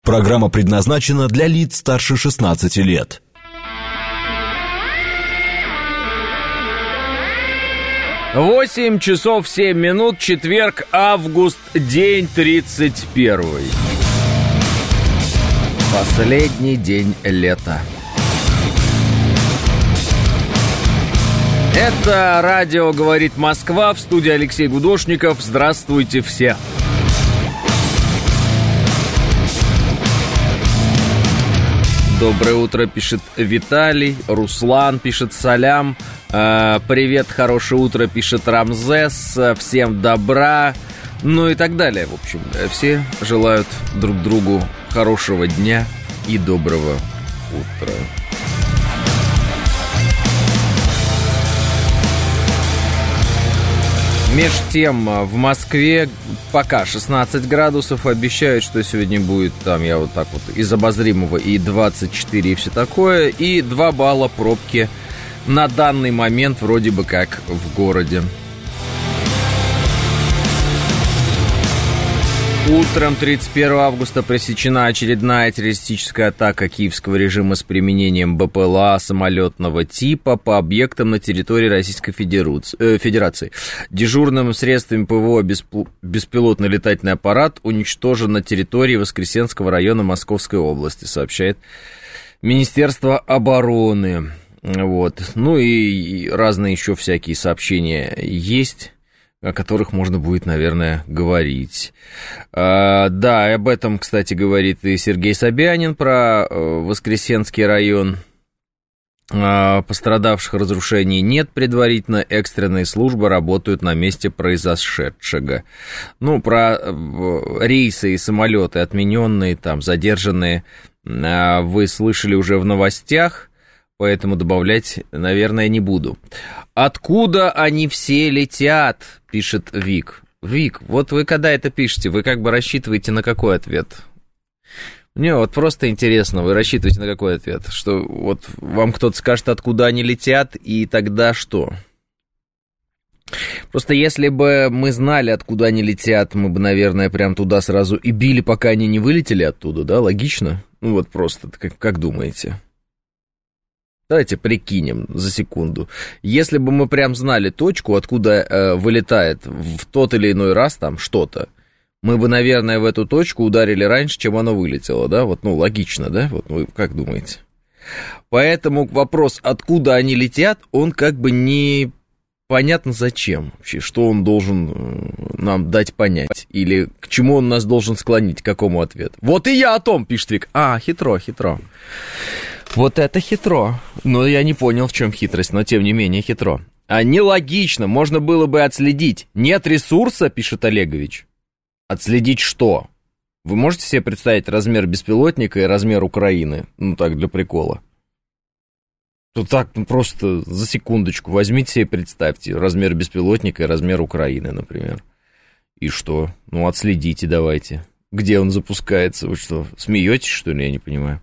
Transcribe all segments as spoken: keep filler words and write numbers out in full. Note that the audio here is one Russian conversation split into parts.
Программа предназначена для лиц старше шестнадцати лет. восемь часов семь минут, четверг, август, день тридцать первый. Последний день лета. Это радио «Говорит Москва», в студии Алексей Гудошников. Здравствуйте все. Доброе утро, пишет Виталий. Руслан пишет салям. Привет, хорошее утро, пишет Рамзес. Всем добра. Ну и так далее. В общем, все желают друг другу хорошего дня и доброго утра. Меж тем, в Москве пока шестнадцать градусов, обещают, что сегодня будет, там, я вот так вот, из обозримого и двадцать четыре и все такое, и два балла пробки на данный момент вроде бы как в городе. Утром тридцать первого августа пресечена очередная террористическая атака киевского режима с применением БПЛА самолетного типа по объектам на территории Российской Федерации. Дежурным средствами ПВО беспилотный летательный аппарат уничтожен на территории Воскресенского района Московской области, сообщает Министерство обороны. Вот. Ну и разные еще всякие сообщения есть, о которых можно будет, наверное, говорить. А, да, об этом, кстати, говорит и Сергей Собянин про Воскресенский район. А, пострадавших, разрушений нет предварительно, экстренные службы работают на месте произошедшего. Ну, про рейсы и самолеты отмененные, там, задержанные, а, вы слышали уже в новостях. Поэтому добавлять, наверное, не буду. Откуда они все летят, пишет Вик. Вик, вот вы когда это пишете, вы как бы рассчитываете на какой ответ? Мне вот просто интересно, вы рассчитываете на какой ответ? Что вот вам кто-то скажет, откуда они летят, и тогда что? Просто если бы мы знали, откуда они летят, мы бы, наверное, прям туда сразу и били, пока они не вылетели оттуда, да? Логично? Ну вот просто, как, как думаете? Давайте прикинем за секунду. Если бы мы прям знали точку, откуда э, вылетает в тот или иной раз там что-то, мы бы, наверное, в эту точку ударили раньше, чем оно вылетело, да? Вот, ну, логично, да? Вот, ну, как думаете? Поэтому вопрос, откуда они летят, он как бы не понятно зачем вообще, что он должен нам дать понять, или к чему он нас должен склонить, к какому ответу. Вот и я о том, пишет Вик. А, хитро, хитро. Вот это хитро. Но я не понял, в чем хитрость, но тем не менее хитро. А нелогично, можно было бы отследить. Нет ресурса, пишет Олегович. Отследить что? Вы можете себе представить размер беспилотника и размер Украины? Ну так, для прикола. Ну так, ну просто за секундочку возьмите себе и представьте размер беспилотника и размер Украины, например. И что? Ну отследите давайте. Где он запускается? Вы что, смеетесь, что ли? Я не понимаю.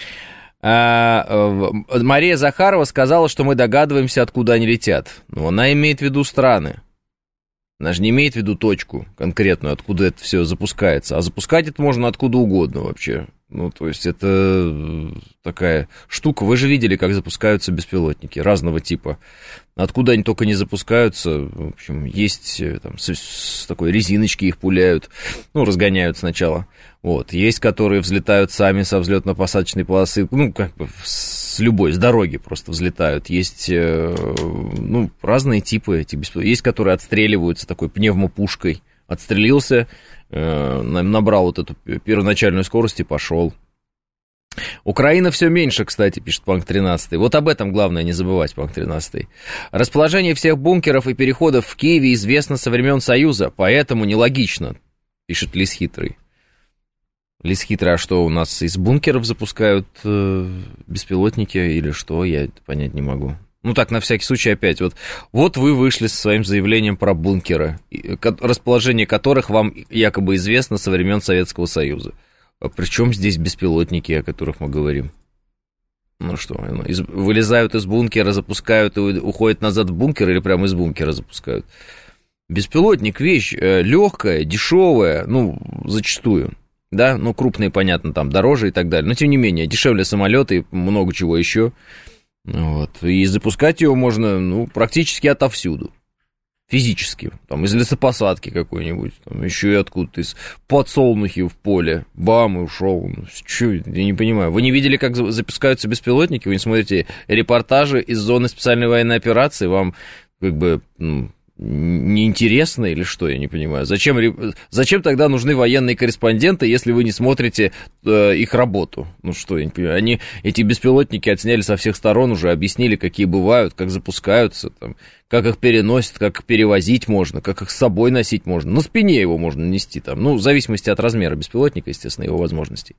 А, Мария Захарова сказала, что мы догадываемся, откуда они летят. Но она имеет в виду страны. Она же не имеет в виду точку конкретную, откуда это все запускается. А запускать это можно откуда угодно вообще. Ну, то есть это такая штука. Вы же видели, как запускаются беспилотники разного типа. Откуда они только не запускаются. В общем, есть там, с, с такой резиночки их пуляют. Ну, разгоняют сначала. Вот. Есть, которые взлетают сами со взлетно-посадочной полосы. Ну, как бы с любой, с дороги просто взлетают. Есть, ну, разные типы этих беспилотников. Есть, которые отстреливаются такой пневмопушкой. Отстрелился, набрал вот эту первоначальную скорость и пошел. Украина все меньше, кстати, пишет Панк тринадцать. Вот об этом главное не забывать, Панк тринадцать. Расположение всех бункеров и переходов в Киеве известно со времен Союза, поэтому нелогично, пишет Лис Хитрый. Лис Хитрый, а что, у нас из бункеров запускают э, беспилотники или что, я это понять не могу. Ну так, на всякий случай опять. Вот, вот вы вышли со своим заявлением про бункеры, расположение которых вам якобы известно со времен Советского Союза. А при чем здесь беспилотники, о которых мы говорим? Ну что, из, вылезают из бункера, запускают и уходят назад в бункер или прямо из бункера запускают? Беспилотник вещь легкая, дешевая, ну, зачастую. да, ну, крупные, понятно, там дороже и так далее, но, тем не менее, дешевле самолеты и много чего еще, вот, и запускать его можно, ну, практически отовсюду. Физически, там, из лесопосадки какой-нибудь, там, еще и откуда-то, из подсолнухи в поле, бам, и ушел. Чё, я не понимаю. Вы не видели, как запускаются беспилотники? Вы не смотрите репортажи из зоны специальной военной операции? Вам, как бы, ну, неинтересно или что? Я не понимаю. Зачем, зачем тогда нужны военные корреспонденты, если вы не смотрите э, их работу? Ну что, я не понимаю. Они эти беспилотники отсняли со всех сторон, уже объяснили, какие бывают, как запускаются, там, как их переносят, как их перевозить можно, как их с собой носить можно. На спине его можно нести, там, ну, в зависимости от размера беспилотника, естественно, его возможностей.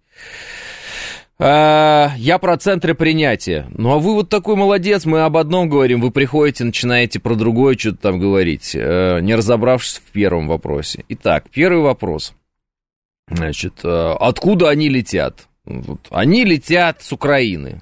А, я про центры принятия. Ну, а вы вот такой молодец, мы об одном говорим, вы приходите, начинаете про другое что-то там говорить, не разобравшись в первом вопросе. Итак, первый вопрос. Значит, откуда они летят? Они летят с Украины.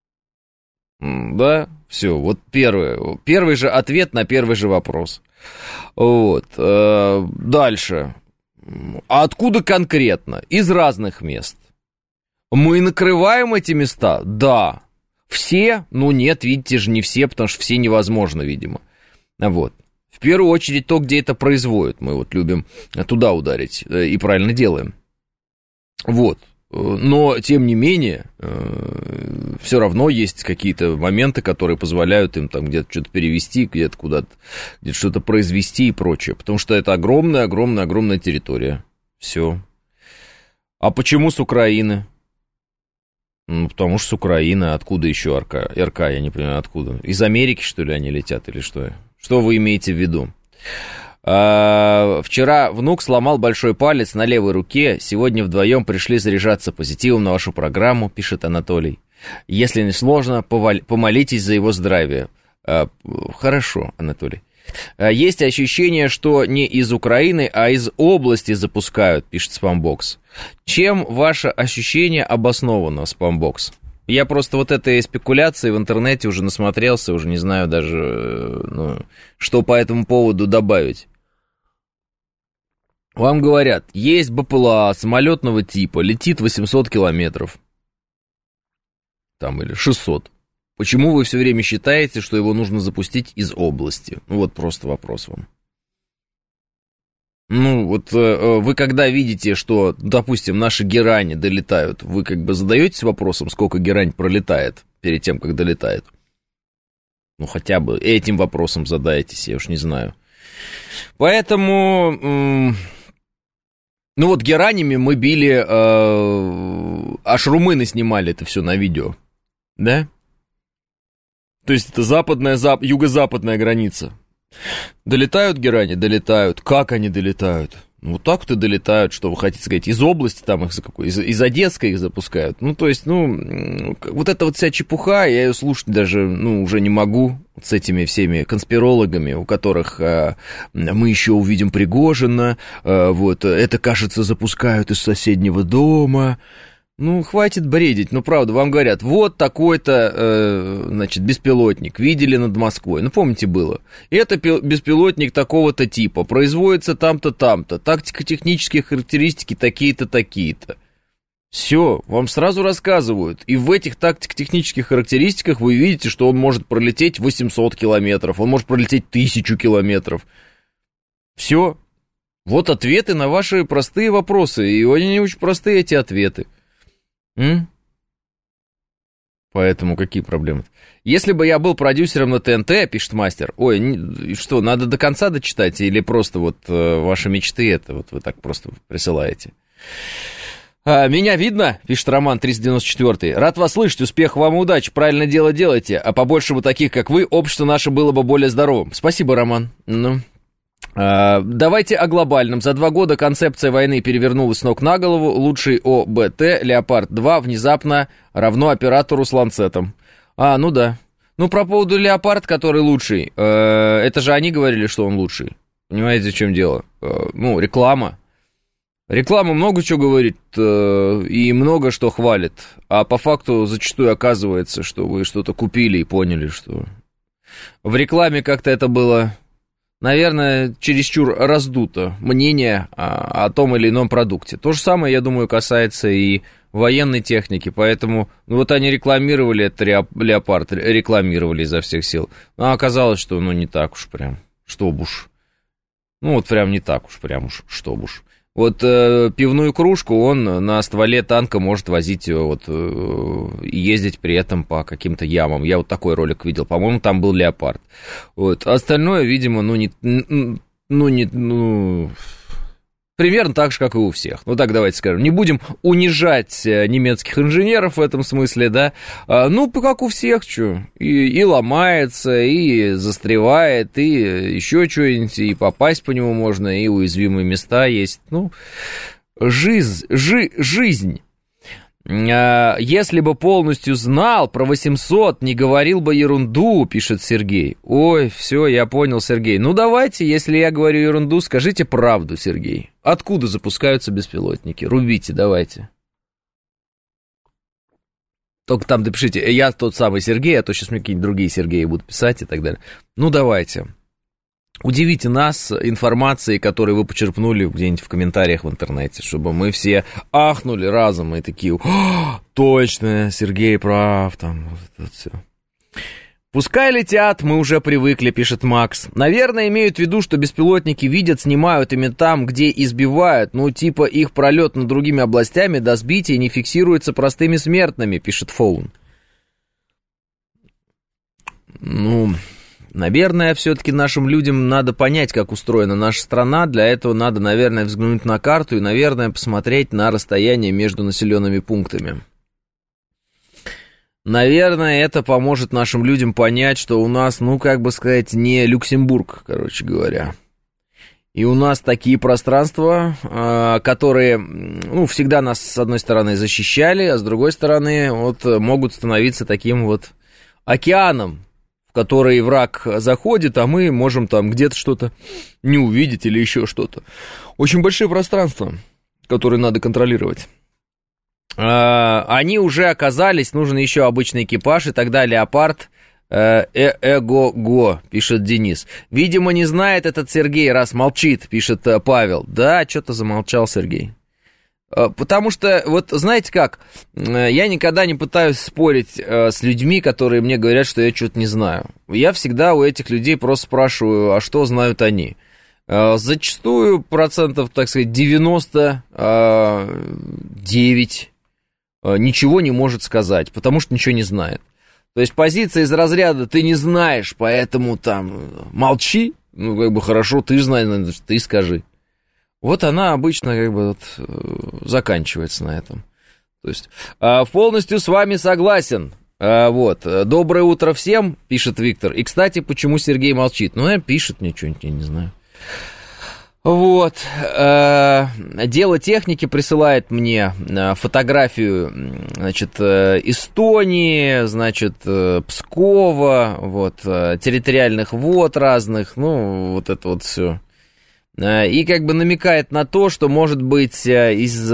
Да, все, вот первый, первый же ответ на первый же вопрос. Вот, дальше. А откуда конкретно? Из разных мест. Мы накрываем эти места? Да. Все? Ну нет, видите же, не все, потому что все невозможно, видимо. Вот. В первую очередь то, где это производят. Мы вот любим туда ударить и правильно делаем. Вот. Но, тем не менее, все равно есть какие-то моменты, которые позволяют им там где-то что-то перевести, где-то куда-то, где-то что-то произвести и прочее. Потому что это огромная-огромная-огромная территория. Все. А почему с Украины? Ну, потому что с Украины, откуда еще РК, РК, я не понимаю, откуда? Из Америки, что ли, они летят или что? Что вы имеете в виду? А, вчера внук сломал большой палец на левой руке, сегодня вдвоем пришли заряжаться позитивом на вашу программу, пишет Анатолий. Если не сложно, поваль... помолитесь за его здравие. А, хорошо, Анатолий. А, есть ощущение, что не из Украины, а из области запускают, пишет Спамбокс. Чем ваше ощущение обосновано, Спамбокс? Я просто вот этой спекуляции в интернете уже насмотрелся, уже не знаю даже, ну, что по этому поводу добавить. Вам говорят, есть БПЛА самолетного типа, летит восемьсот километров. Там, или шестьсот. Почему вы все время считаете, что его нужно запустить из области? Ну, вот просто вопрос вам. Ну, вот э, вы когда видите, что, допустим, наши герани долетают, вы как бы задаетесь вопросом, сколько герань пролетает перед тем, как долетает? Ну, хотя бы этим вопросом задаетесь, я уж не знаю. Поэтому, э, ну вот геранями мы били, э, аж румыны снимали это все на видео, да? То есть это западная, зап, юго-западная граница. Долетают герани? Долетают. Как они долетают? Ну, вот так вот и долетают, что вы хотите сказать, из области там их, из, из Одесской их запускают. Ну, то есть, ну, вот эта вот вся чепуха, я ее слушать даже, ну, уже не могу с этими всеми конспирологами, у которых а, мы еще увидим Пригожина, а, вот, это, кажется, запускают из соседнего дома. Ну, хватит бредить, ну, правда, вам говорят, вот такой-то, э, значит, беспилотник видели над Москвой, ну, помните, было, это беспилотник такого-то типа, производится там-то, там-то, тактико-технические характеристики такие-то, такие-то. Все, вам сразу рассказывают, и в этих тактико-технических характеристиках вы видите, что он может пролететь восемьсот километров, он может пролететь тысячу километров. Все, вот ответы на ваши простые вопросы, и они очень простые, эти ответы. М? Поэтому какие проблемы? Если бы я был продюсером на ТНТ, пишет мастер, ой, не, что, надо до конца дочитать или просто вот э, ваши мечты это вот вы так просто присылаете? А, меня видно, пишет Роман триста девяносто четыре. Рад вас слышать, успехов вам и удачи, правильно дело делайте, а побольше бы таких, как вы, общество наше было бы более здоровым. Спасибо, Роман. Ну... Давайте о глобальном. За два года концепция войны перевернулась с ног на голову. Лучший ОБТ Леопард-два внезапно равно оператору с ланцетом. А, ну да. Ну, про поводу Леопард, который лучший. Это же они говорили, что он лучший. Понимаете, в чем дело? Ну, реклама. Реклама много чего говорит и много что хвалит. А по факту зачастую оказывается, что вы что-то купили и поняли, что в рекламе как-то это было... наверное, чересчур раздуто мнение о, о том или ином продукте. То же самое, я думаю, касается и военной техники, поэтому ну, вот они рекламировали этот «Леопард», рекламировали изо всех сил, а оказалось, что ну не так уж прям, что уж, ну вот прям не так уж, прям уж, что уж. Вот э, пивную кружку он на стволе танка может возить вот, э, и ездить при этом по каким-то ямам. Я вот такой ролик видел, по-моему, там был «Леопард». Вот. Остальное, видимо, ну, не, ну, не, ну, примерно так же, как и у всех. Ну, так давайте скажем. Не будем унижать немецких инженеров в этом смысле, да. А, ну, как у всех, что. И, и ломается, и застревает, и еще что-нибудь, и попасть по нему можно, и уязвимые места есть. Ну, жизнь, жи, жизнь. А, если бы полностью знал про восемьсот, не говорил бы ерунду, пишет Сергей. Ой, все, я понял, Сергей. Ну, давайте, если я говорю ерунду, скажите правду, Сергей. Откуда запускаются беспилотники? Рубите, давайте. Только там допишите, я тот самый Сергей, а то сейчас мне какие-нибудь другие Сергеи будут писать и так далее. Ну, давайте. Удивите нас информацией, которую вы почерпнули где-нибудь в комментариях в интернете, чтобы мы все ахнули разом и такие, точно, Сергей прав, там, вот это все. Пускай летят, мы уже привыкли, пишет Макс. Наверное, имеют в виду, что беспилотники видят, снимают ими там, где избивают, ну, типа их пролет над другими областями до сбития не фиксируется простыми смертными, пишет Фоун. Ну... Наверное, все-таки нашим людям надо понять, как устроена наша страна. Для этого надо, наверное, взглянуть на карту и, наверное, посмотреть на расстояние между населенными пунктами. Наверное, это поможет нашим людям понять, что у нас, ну, как бы сказать, не Люксембург, короче говоря. И у нас такие пространства, которые, ну, всегда нас, с одной стороны, защищали, а с другой стороны, вот, могут становиться таким вот океаном, в который враг заходит, а мы можем там где-то что-то не увидеть или еще что-то. Очень большие пространства, которые надо контролировать. Они уже оказались, нужен еще обычный экипаж, и тогда «Леопард» э-э-го-го, пишет Денис. Видимо, не знает этот Сергей, раз молчит, пишет Павел. Да, что-то замолчал Сергей. Потому что, вот знаете как, я никогда не пытаюсь спорить с людьми, которые мне говорят, что я что-то не знаю. Я всегда у этих людей просто спрашиваю, а что знают они. Зачастую процентов, так сказать, девяносто девять ничего не может сказать, потому что ничего не знает. То есть позиция из разряда «ты не знаешь, поэтому там молчи», ну как бы хорошо, ты знаешь, ты скажи. Вот она обычно как бы вот, заканчивается на этом. То есть полностью с вами согласен. Вот. Доброе утро всем, пишет Виктор. И, кстати, почему Сергей молчит? Ну, наверное, пишет мне что-нибудь, я не знаю. Вот. Дело техники присылает мне фотографию, значит, Эстонии, значит, Пскова, вот, территориальных вод разных, ну, вот это вот все. И как бы намекает на то, что, может быть, из,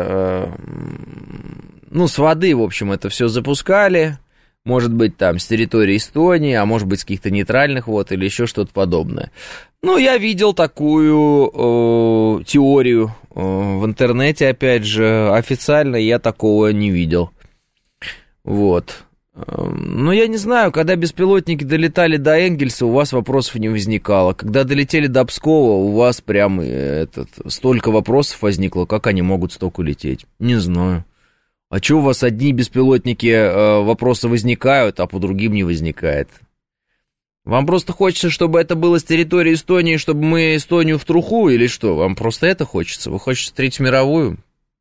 ну, с воды, в общем, это все запускали, может быть, там, с территории Эстонии, а может быть, с каких-то нейтральных вод или еще что-то подобное. Ну, я видел такую э, теорию э, в интернете, опять же, официально я такого не видел. Вот. Ну, я не знаю, когда беспилотники долетали до Энгельса, у вас вопросов не возникало. Когда долетели до Пскова, у вас прям этот, столько вопросов возникло, как они могут столько лететь. Не знаю. А чего у вас одни беспилотники э, вопросы возникают, а по другим не возникает? Вам просто хочется, чтобы это было с территории Эстонии, чтобы мы Эстонию в труху, или что? Вам просто это хочется? Вы хотите Третью мировую?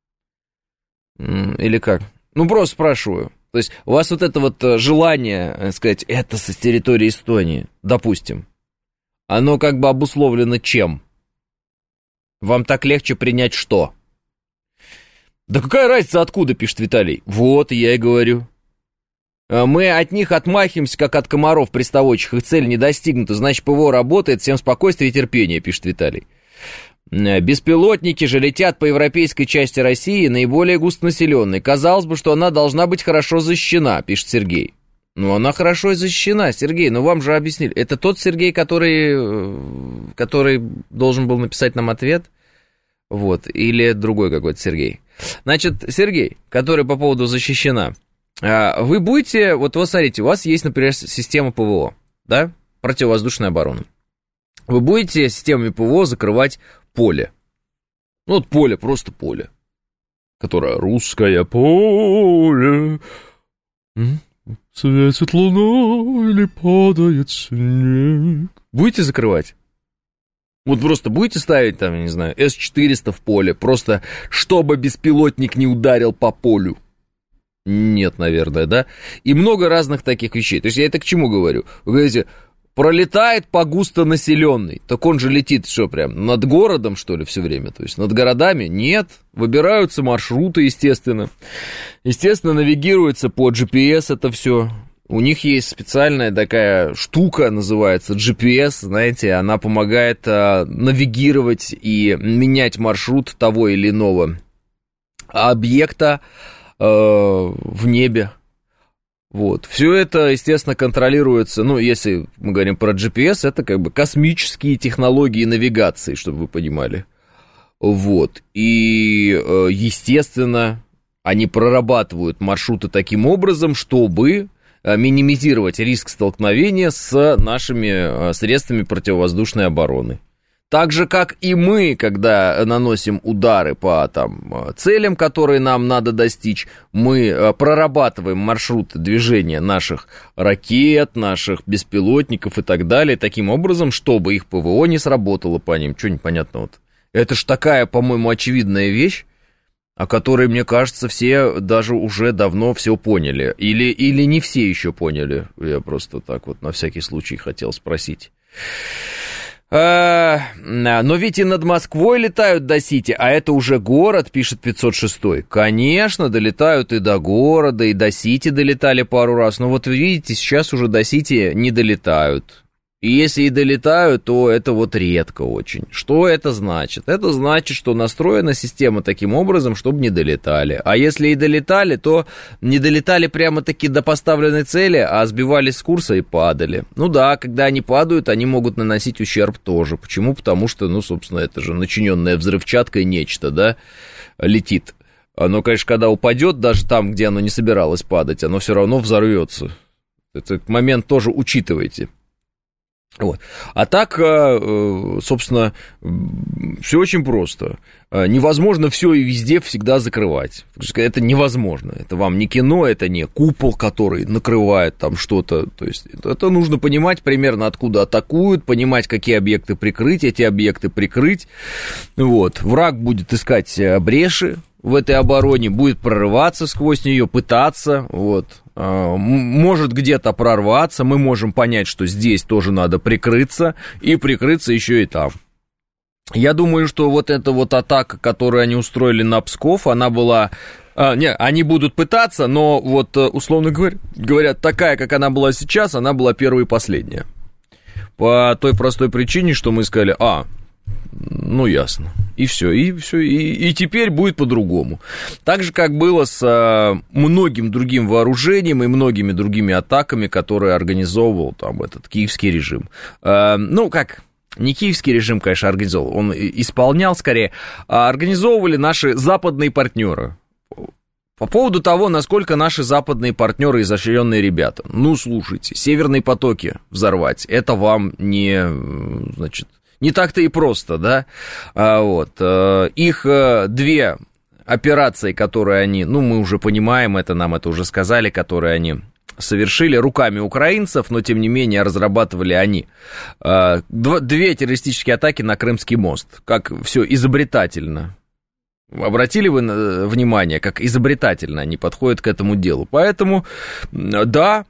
Или как? Ну, просто спрашиваю. То есть у вас вот это вот желание, сказать, это с территории Эстонии, допустим, оно как бы обусловлено чем? Вам так легче принять что? Да какая разница, откуда, пишет Виталий. Вот, я и говорю. Мы от них отмахиваемся, как от комаров приставучих, их цель не достигнута, значит, ПВО работает, всем спокойствия и терпения, пишет Виталий. Беспилотники же летят по европейской части России, наиболее густонаселенной. Казалось бы, что она должна быть хорошо защищена, пишет Сергей. Ну, она хорошо защищена, Сергей, но вам же объяснили. Это тот Сергей, который, который должен был написать нам ответ? Вот, или другой какой-то Сергей. Значит, Сергей, который по поводу защищена. Вы будете, вот вы смотрите, у вас есть, например, система ПВО, да, противовоздушная оборона. Вы будете системами ПВО закрывать поле. Ну, вот поле, просто поле. Которое русское поле. Светит луна или падает снег. Будете закрывать? Вот просто будете ставить там, я не знаю, эс четыреста в поле, просто чтобы беспилотник не ударил по полю? Нет, наверное, да? И много разных таких вещей. То есть я это к чему говорю? Вы говорите, пролетает по густонаселенной. Так он же летит что, прям над городом, что ли, все время? То есть над городами? Нет. Выбираются маршруты, естественно. Естественно, навигируется по джи пи эс это все. У них есть специальная такая штука, называется джи пи эс, знаете, она помогает а, навигировать и менять маршрут того или иного объекта а, в небе. Вот. Все это, естественно, контролируется, ну, если мы говорим про джи пи эс, это как бы космические технологии навигации, чтобы вы понимали. Вот. И, естественно, они прорабатывают маршруты таким образом, чтобы минимизировать риск столкновения с нашими средствами противовоздушной обороны. Так же, как и мы, когда наносим удары по там, целям, которые нам надо достичь, мы прорабатываем маршруты движения наших ракет, наших беспилотников и так далее, таким образом, чтобы их ПВО не сработало по ним. Что непонятно вот. Это ж такая, по-моему, очевидная вещь, о которой, мне кажется, все даже уже давно все поняли. Или, или не все еще поняли. Я просто так вот на всякий случай хотел спросить. А, но ведь и над Москвой летают до Сити, а это уже город, пишет пятьсот шестой. Конечно, долетают и до города, и до Сити долетали пару раз. Но вот видите, сейчас уже до Сити не долетают. И если и долетают, то это вот редко очень. Что это значит? Это значит, что настроена система таким образом, чтобы не долетали. А если и долетали, то не долетали прямо-таки до поставленной цели, а сбивались с курса и падали. Ну да, когда они падают, они могут наносить ущерб тоже. Почему? Потому что, ну, собственно, это же начиненное взрывчаткой нечто, да, летит. Оно, конечно, когда упадет, даже там, где оно не собиралось падать, оно все равно взорвется. Этот момент тоже учитывайте. Вот. А так, собственно, все очень просто. Невозможно все и везде всегда закрывать. Это невозможно. Это вам не кино, это не купол, который накрывает там что-то. То есть это нужно понимать примерно, откуда атакуют, понимать, какие объекты прикрыть, эти объекты прикрыть. Вот. Враг будет искать бреши в этой обороне, будет прорываться сквозь нее, пытаться, вот, может где-то прорваться, мы можем понять, что здесь тоже надо прикрыться, и прикрыться еще и там. Я думаю, что вот эта вот атака, которую они устроили на Псков, она была... А, не, они будут пытаться, но вот, условно говоря, говорят, такая, как она была сейчас, она была первая и последняя. По той простой причине, что мы сказали, а... Ну, ясно. И все, и все, и, и теперь будет по-другому. Так же, как было с а, многим другим вооружением и многими другими атаками, которые организовывал там этот киевский режим. А, ну, как, не киевский режим, конечно, организовывал, он исполнял скорее, а организовывали наши западные партнеры. По поводу того, насколько наши западные партнеры изощренные ребята. Ну, слушайте, северные потоки взорвать, это вам не, значит... Не так-то и просто, да, а, вот, их две операции, которые они, ну, мы уже понимаем, это нам это уже сказали, которые они совершили руками украинцев, но, тем не менее, разрабатывали они. Две террористические атаки на Крымский мост, как все изобретательно. Обратили вы внимание, как изобретательно они подходят к этому делу? Поэтому, да...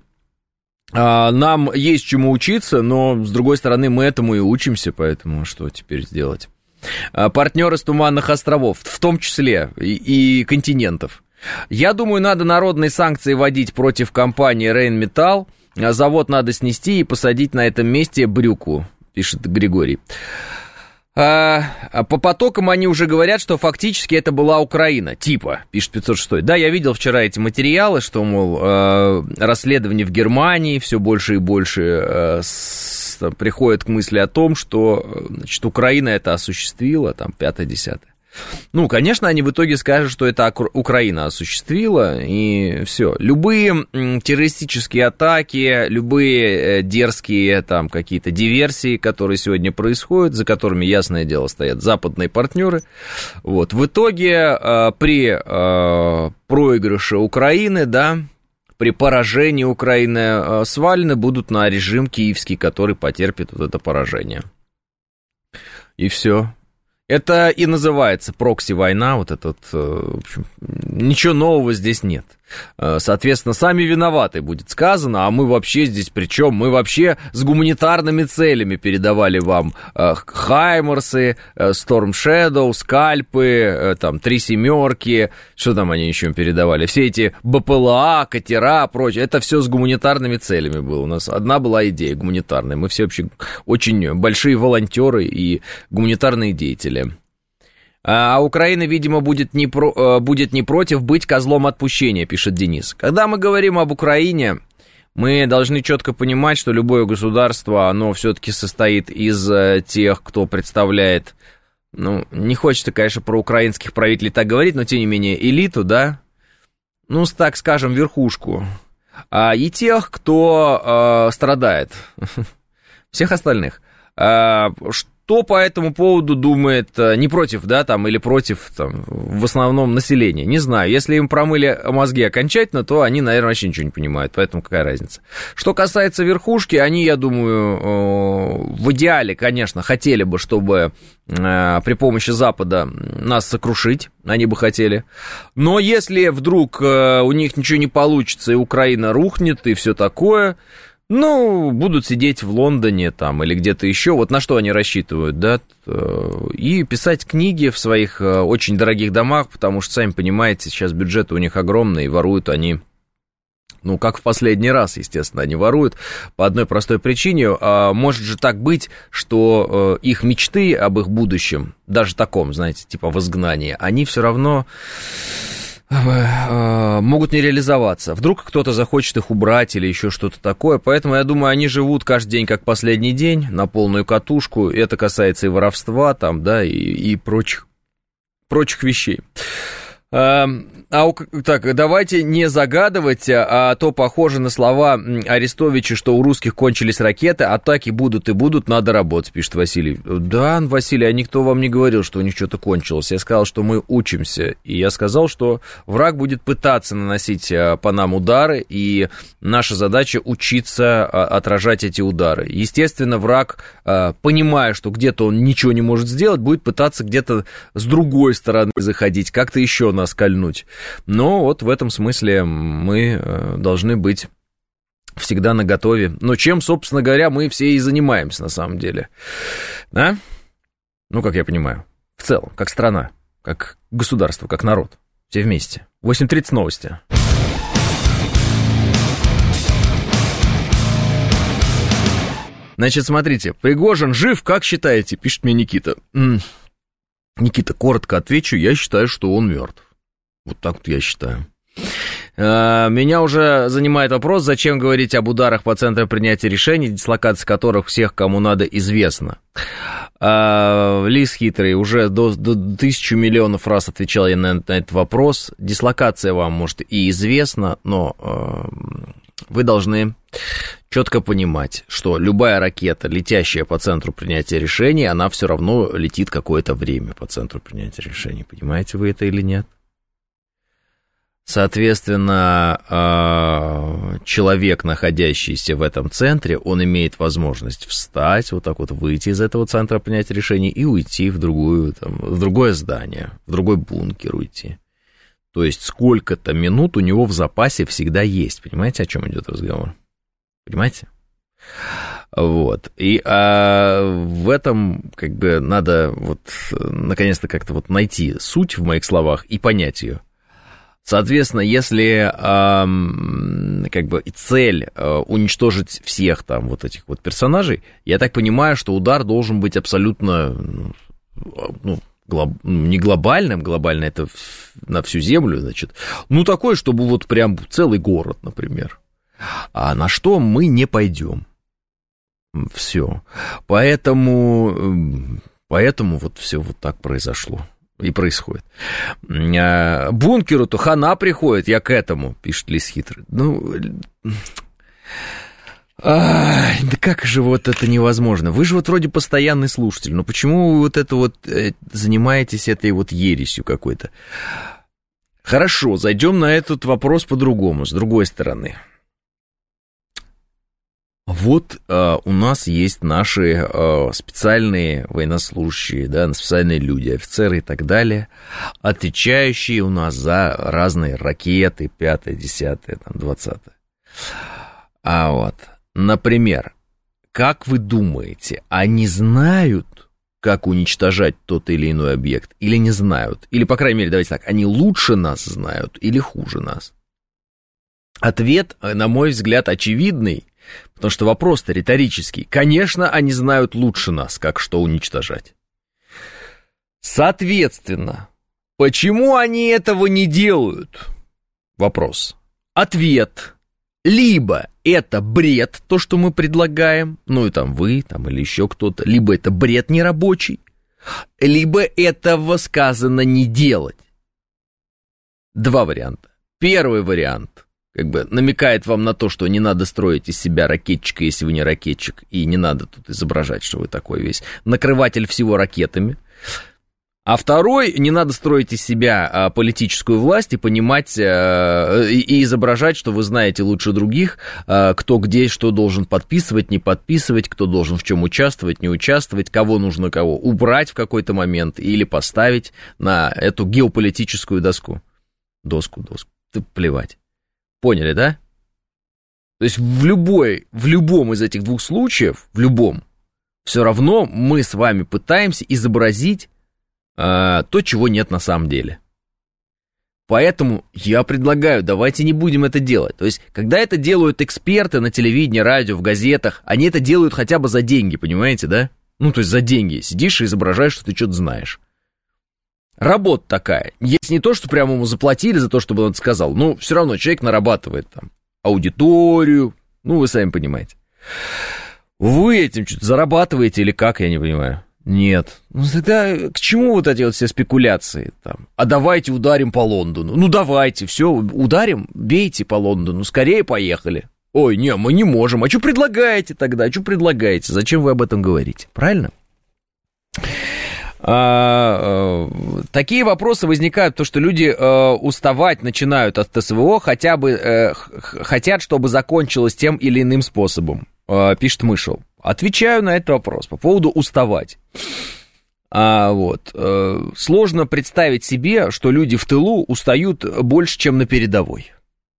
Нам есть чему учиться, но, с другой стороны, мы этому и учимся, поэтому что теперь сделать? Партнеры с Туманных островов, в том числе и, и континентов. Я думаю, надо народные санкции вводить против компании Rheinmetall. Завод надо снести и посадить на этом месте брюкву, пишет Григорий. А, по потокам они уже говорят, что фактически это была Украина, типа, пишет пятьсот шесть. Да, я видел вчера эти материалы, что, мол, э, расследование в Германии все больше и больше э, с, там, приходит к мысли о том, что, значит, Украина это осуществила, там, пятое-десятое. Ну, конечно, они в итоге скажут, что это Украина осуществила, и все. Любые террористические атаки, любые дерзкие там какие-то диверсии, которые сегодня происходят, за которыми, ясное дело, стоят западные партнеры, вот, в итоге при проигрыше Украины, да, при поражении Украины свалены будут на режим киевский, который потерпит вот это поражение. И все. Это и называется прокси-война, вот этот, в общем, ничего нового здесь нет. Соответственно, сами виноваты, будет сказано, а мы вообще здесь при чем? Мы вообще с гуманитарными целями передавали вам Хаймерсы, Storm Shadow, скальпы, там, три семерки, что там они еще передавали? Все эти БПЛА, катера, прочее, это все с гуманитарными целями было. У нас одна была идея гуманитарная, мы все вообще очень большие волонтеры и гуманитарные деятели. А Украина, видимо, будет не, про, будет не против быть козлом отпущения, пишет Денис. Когда мы говорим об Украине, мы должны четко понимать, что любое государство, оно все-таки состоит из тех, кто представляет, ну, не хочется, конечно, про украинских правителей так говорить, но, тем не менее, элиту, да, ну, так скажем, верхушку, а, и тех, кто э, страдает, всех остальных. А, что по этому поводу думает, не против, да, там, или против, там, в основном населения, не знаю. Если им промыли мозги окончательно, то они, наверное, вообще ничего не понимают, поэтому какая разница. Что касается верхушки, они, я думаю, в идеале, конечно, хотели бы, чтобы при помощи Запада нас сокрушить, они бы хотели. Но если вдруг у них ничего не получится, и Украина рухнет, и все такое... Ну, будут сидеть в Лондоне там или где-то еще, вот на что они рассчитывают, да, и писать книги в своих очень дорогих домах, потому что, сами понимаете, сейчас бюджеты у них огромные, и воруют они, ну, как в последний раз, естественно, они воруют по одной простой причине. Может же так быть, что их мечты об их будущем, даже таком, знаете, типа в изгнании, они все равно... могут не реализоваться. Вдруг кто-то захочет их убрать или еще что-то такое. Поэтому, я думаю, они живут каждый день как последний день, на полную катушку. Это касается и воровства, там, да, и, и прочих, прочих вещей. А, а, так, давайте не загадывать, а то похоже на слова Арестовича, что у русских кончились ракеты, атаки будут и будут, надо работать, пишет Василий. Да, Василий, а никто вам не говорил, что у них что-то кончилось. Я сказал, что мы учимся, и я сказал, что враг будет пытаться наносить по нам удары, и наша задача учиться отражать эти удары. Естественно, враг, понимая, что где-то он ничего не может сделать, будет пытаться где-то с другой стороны заходить, как-то еще нас кольнуть. Но вот в этом смысле мы должны быть всегда наготове. Но чем, собственно говоря, мы все и занимаемся на самом деле. Да? Ну, как я понимаю, в целом, как страна, как государство, как народ. Все вместе. восемь тридцать новости. Значит, смотрите, Пригожин жив, как считаете? Пишет мне Никита. Никита, коротко отвечу, я считаю, что он мертв. Вот так вот я считаю. Меня уже занимает вопрос, зачем говорить об ударах по центрам принятия решений, дислокация которых всех, кому надо, известна. Лис хитрый уже до, до тысячи миллионов раз отвечал я на, на этот вопрос. Дислокация вам, может, и известна, но э, вы должны четко понимать, что любая ракета, летящая по центру принятия решений, она все равно летит какое-то время по центру принятия решений. Понимаете вы это или нет? Соответственно, человек, находящийся в этом центре, он имеет возможность встать, вот так вот выйти из этого центра принятия решений и уйти в, другую, там, в другое здание, в другой бункер уйти. То есть сколько-то минут у него в запасе всегда есть. Понимаете, о чем идет разговор? Понимаете? Вот. И а, в этом как бы надо вот наконец-то как-то вот найти суть в моих словах и понять ее. Соответственно, если э, как бы цель э, уничтожить всех там вот этих вот персонажей, я так понимаю, что удар должен быть абсолютно, ну, глоб, не глобальным, глобально это на всю землю, значит, ну, такое, чтобы вот прям целый город, например. А на что мы не пойдем. Все. Поэтому, поэтому вот все вот так произошло. И происходит. Бункеру-то хана приходит, я к этому, пишет Лис Хитрый. Ну, ай, да как же вот это невозможно? Вы же вот вроде постоянный слушатель, но почему вы вот это вот занимаетесь этой вот ересью какой-то? Хорошо, зайдем на этот вопрос по-другому, с другой стороны. Вот э, у нас есть наши э, специальные военнослужащие, да, специальные люди, офицеры и так далее, отвечающие у нас за разные ракеты, пятое, десятое, там, двадцатое. А вот, например, как вы думаете, они знают, как уничтожать тот или иной объект, или не знают? Или, по крайней мере, давайте так, они лучше нас знают или хуже нас? Ответ, на мой взгляд, очевидный. Потому что вопрос-то риторический. Конечно, они знают лучше нас, как что уничтожать. Соответственно, почему они этого не делают? Вопрос. Ответ. Либо это бред, то, что мы предлагаем, ну и там вы, там или еще кто-то, либо это бред нерабочий, либо этого сказано не делать. Два варианта. Первый вариант. Как бы намекает вам на то, что не надо строить из себя ракетчика, если вы не ракетчик, и не надо тут изображать, что вы такой весь накрыватель всего ракетами. А второй, не надо строить из себя а, политическую власть и понимать, а, и, и изображать, что вы знаете лучше других, а, кто где что должен подписывать, не подписывать, кто должен в чем участвовать, не участвовать, кого нужно кого убрать в какой-то момент или поставить на эту геополитическую доску. Доску, доску, да плевать. Поняли, да? То есть в любой, в любом из этих двух случаев, в любом, все равно мы с вами пытаемся изобразить э, то, чего нет на самом деле. Поэтому я предлагаю, давайте не будем это делать. То есть, когда это делают эксперты на телевидении, радио, в газетах, они это делают хотя бы за деньги, понимаете, да? Ну, то есть за деньги. Сидишь и изображаешь, что ты что-то знаешь. Работа такая. Есть не то, что прямо ему заплатили за то, чтобы он это сказал, но все равно человек нарабатывает там аудиторию, ну, вы сами понимаете. Вы этим что-то зарабатываете или как, я не понимаю. Нет. Ну, тогда к чему вот эти вот все спекуляции там? А давайте ударим по Лондону. Ну, давайте, все, ударим, бейте по Лондону, скорее поехали. Ой, не, мы не можем. А что предлагаете тогда? А что предлагаете? Зачем вы об этом говорите? Правильно? А, а, такие вопросы возникают, потому что люди а, уставать начинают от ТСВО, хотя бы а, х- хотят, чтобы закончилось тем или иным способом, а, пишет Мышел. Отвечаю на этот вопрос по поводу уставать. А, вот, а, сложно представить себе, что люди в тылу устают больше, чем на передовой.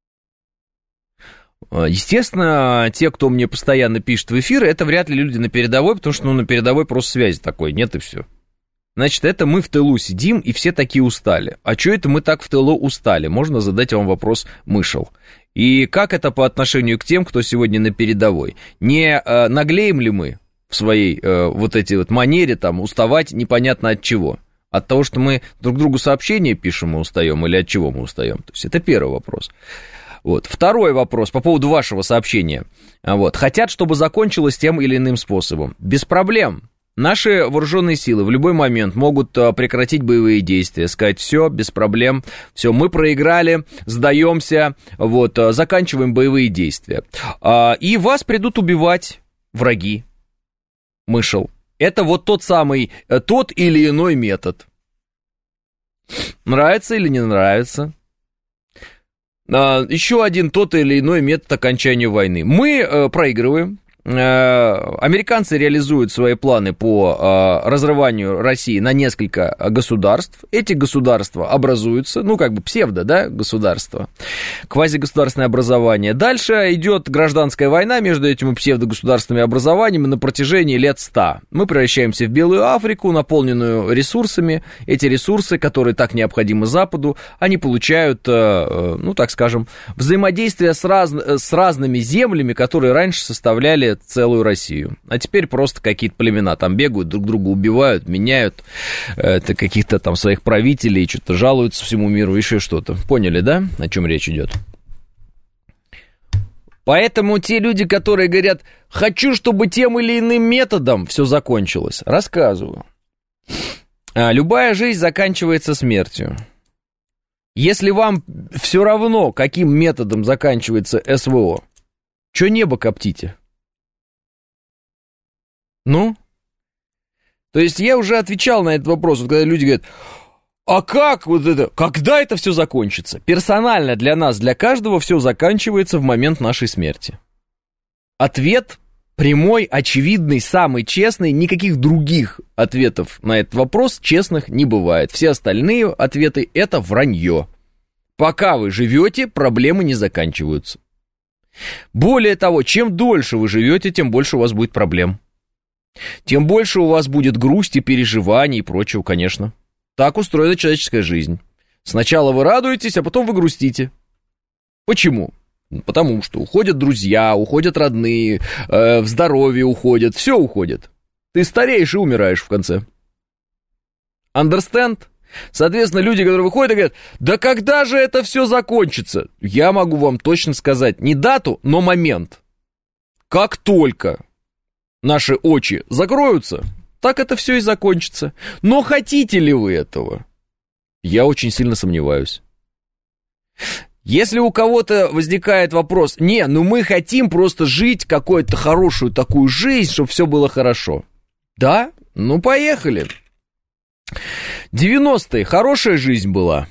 Естественно, те, кто мне постоянно пишет в эфиры, это вряд ли люди на передовой, потому что ну, на передовой просто связи такой нет и все. Значит, это мы в тылу сидим, и все такие устали. А что это мы так в тылу устали? Можно задать вам вопрос, Мышел. И как это по отношению к тем, кто сегодня на передовой? Не э, наглеем ли мы в своей э, вот этой вот манере там уставать непонятно от чего? От того, что мы друг другу сообщения пишем, мы устаем, или от чего мы устаем? То есть это первый вопрос. Вот. Второй вопрос по поводу вашего сообщения. Вот. Хотят, чтобы закончилось тем или иным способом. Без проблем. Наши вооруженные силы в любой момент могут прекратить боевые действия, сказать, все, без проблем, все, мы проиграли, сдаемся, вот, заканчиваем боевые действия. И вас придут убивать враги, Мышел. Это вот тот самый, тот или иной метод. Нравится или не нравится? Еще один тот или иной метод окончания войны. Мы проигрываем. американцы реализуют свои планы по разрыванию России на несколько государств. Эти государства образуются, ну, как бы псевдо, да, государства, квазигосударственное образование. Дальше идет гражданская война между этими псевдогосударственными образованиями на протяжении лет ста. Мы превращаемся в Белую Африку, наполненную ресурсами. Эти ресурсы, которые так необходимы Западу, они получают, ну, так скажем, взаимодействие с, раз... с разными землями, которые раньше составляли целую Россию. А теперь просто какие-то племена там бегают, друг друга убивают, меняют это, каких-то там своих правителей, что-то жалуются всему миру, еще что-то. Поняли, да, о чем речь идет? Поэтому те люди, которые говорят, хочу, чтобы тем или иным методом все закончилось, рассказываю. А, любая жизнь заканчивается смертью. Если вам все равно, каким методом заканчивается СВО, что небо коптите? Ну? То есть я уже отвечал на этот вопрос, вот когда люди говорят, а как вот это, когда это все закончится? Персонально для нас, для каждого все заканчивается в момент нашей смерти. Ответ прямой, очевидный, самый честный, никаких других ответов на этот вопрос честных не бывает. Все остальные ответы — это вранье. Пока вы живете, проблемы не заканчиваются. Более того, чем дольше вы живете, тем больше у вас будет проблем. Тем больше у вас будет грусти, переживаний и прочего, конечно. Так устроена человеческая жизнь. Сначала вы радуетесь, а потом вы грустите. Почему? Потому что уходят друзья, уходят родные, э, в здоровье уходят, все уходит. Ты стареешь и умираешь в конце. Understand? Соответственно, люди, которые выходят и говорят, да когда же это все закончится? Я могу вам точно сказать не дату, но момент. Как только наши очи закроются, так это все и закончится. Но хотите ли вы этого? Я очень сильно сомневаюсь. Если у кого-то возникает вопрос, не, ну мы хотим просто жить какую-то хорошую такую жизнь, чтобы все было хорошо. Да? Ну поехали. девяностые хорошая жизнь была?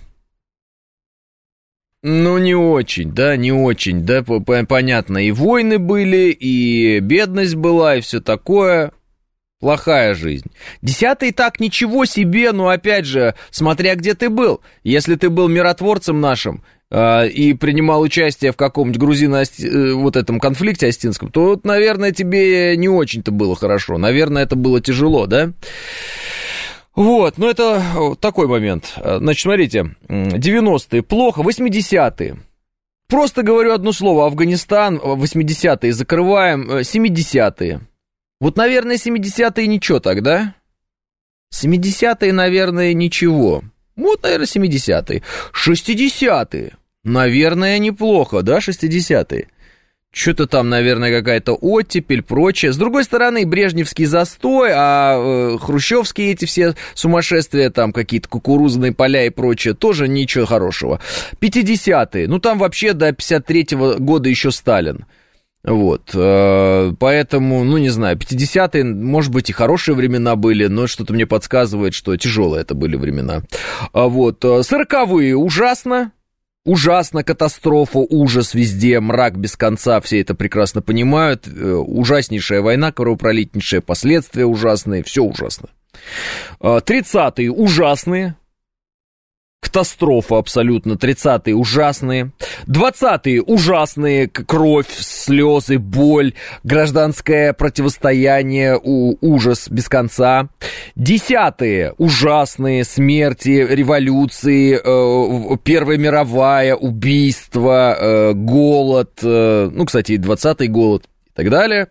Ну, не очень, да, не очень, да, понятно, и войны были, и бедность была, и все такое. Плохая жизнь. Десятые так ничего себе, но опять же, смотря где ты был. Если ты был миротворцем нашим э, и принимал участие в каком-нибудь грузино э, вот этом конфликте остинском, то, вот, наверное, тебе не очень-то было хорошо. Наверное, это было тяжело, да? Вот, ну это такой момент. Значит, смотрите, девяностые плохо, восьмидесятые. Просто говорю одно слово, Афганистан, восьмидесятые закрываем, семидесятые. Вот, наверное, семидесятые ничего тогда. семидесятые, наверное, ничего. Вот, наверное, семидесятые. шестидесятые. Наверное, неплохо, да, шестидесятые. Что-то там, наверное, какая-то оттепель, прочее. С другой стороны, брежневский застой, а э, хрущевские эти все сумасшествия, там какие-то кукурузные поля и прочее, тоже ничего хорошего. пятидесятые. Ну, там вообще до пятьдесят третьего года еще Сталин. Вот, поэтому, ну, не знаю, пятидесятые, может быть, и хорошие времена были, но что-то мне подсказывает, что тяжелые это были времена. Вот, сороковые ужасно, ужасно, катастрофа, ужас везде, мрак без конца, все это прекрасно понимают, ужаснейшая война, кровопролитнейшие последствия ужасные, все ужасно. тридцатые ужасные. Катастрофа абсолютно. тридцатые ужасные. двадцатые ужасные. Кровь, слезы, боль, гражданское противостояние, у, ужас без конца. десятые ужасные. Смерти, революции, э, Первая мировая, убийства, э, голод. Э, ну, кстати, двадцатый голод и так далее.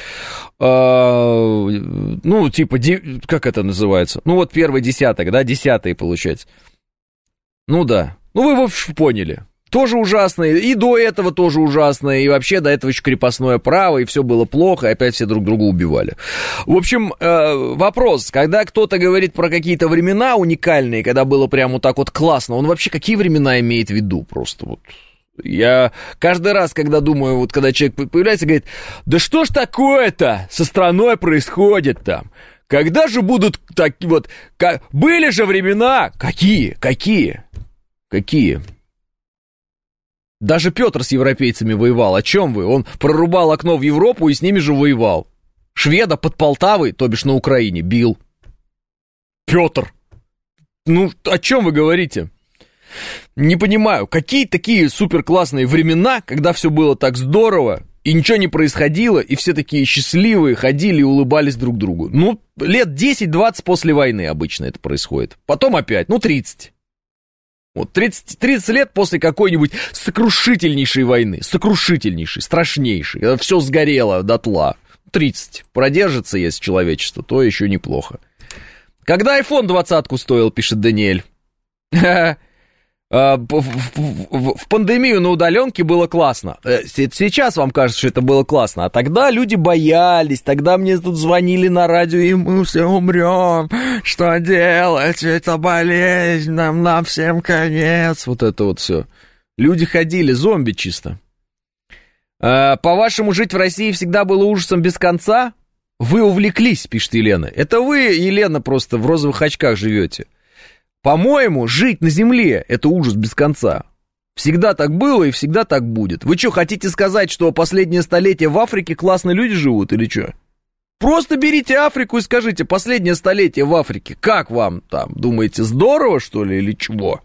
Uh, ну, типа, как это называется? Ну, вот первый десяток, да, десятые, получается. Ну, да. Ну, вы, в общем, поняли. Тоже ужасное, и до этого тоже ужасное, и вообще до этого еще крепостное право, и все было плохо, и опять все друг друга убивали. В общем, э, вопрос, когда кто-то говорит про какие-то времена уникальные, когда было прям вот так вот классно, он вообще какие времена имеет в виду просто вот? Я каждый раз, когда думаю, вот когда человек появляется, говорит, да что ж такое-то со страной происходит там? Когда же будут такие вот... Как, были же времена... Какие? Какие? Какие? Даже Петр с европейцами воевал. О чем вы? Он прорубал окно в Европу и с ними же воевал. Шведа под Полтавой, то бишь на Украине, бил. Петр. Ну, о чем вы говорите? Не понимаю, какие такие суперклассные времена, когда все было так здорово, и ничего не происходило, и все такие счастливые ходили и улыбались друг другу. Ну, лет десять-двадцать после войны обычно это происходит. Потом опять, ну, тридцать. Вот тридцать, тридцать лет после какой-нибудь сокрушительнейшей войны, сокрушительнейшей, страшнейшей, все сгорело дотла. тридцать. Продержится, если человечество, то еще неплохо. Когда айфон двадцатку стоил, пишет Даниэль. В пандемию на удаленке было классно. Сейчас вам кажется, что это было классно. А тогда люди боялись. Тогда мне тут звонили на радио, и мы все умрем. Что делать? Это болезнь. Нам, нам всем конец. Вот это вот все. Люди ходили, зомби чисто. По-вашему, жить в России всегда было ужасом без конца? Вы увлеклись, пишет Елена. Это вы, Елена, просто в розовых очках живете. По-моему, жить на земле – это ужас без конца. Всегда так было и всегда так будет. Вы что, хотите сказать, что последнее столетие в Африке классные люди живут или что? Просто берите Африку и скажите, последнее столетие в Африке, как вам там? Думаете, здорово, что ли, или чего?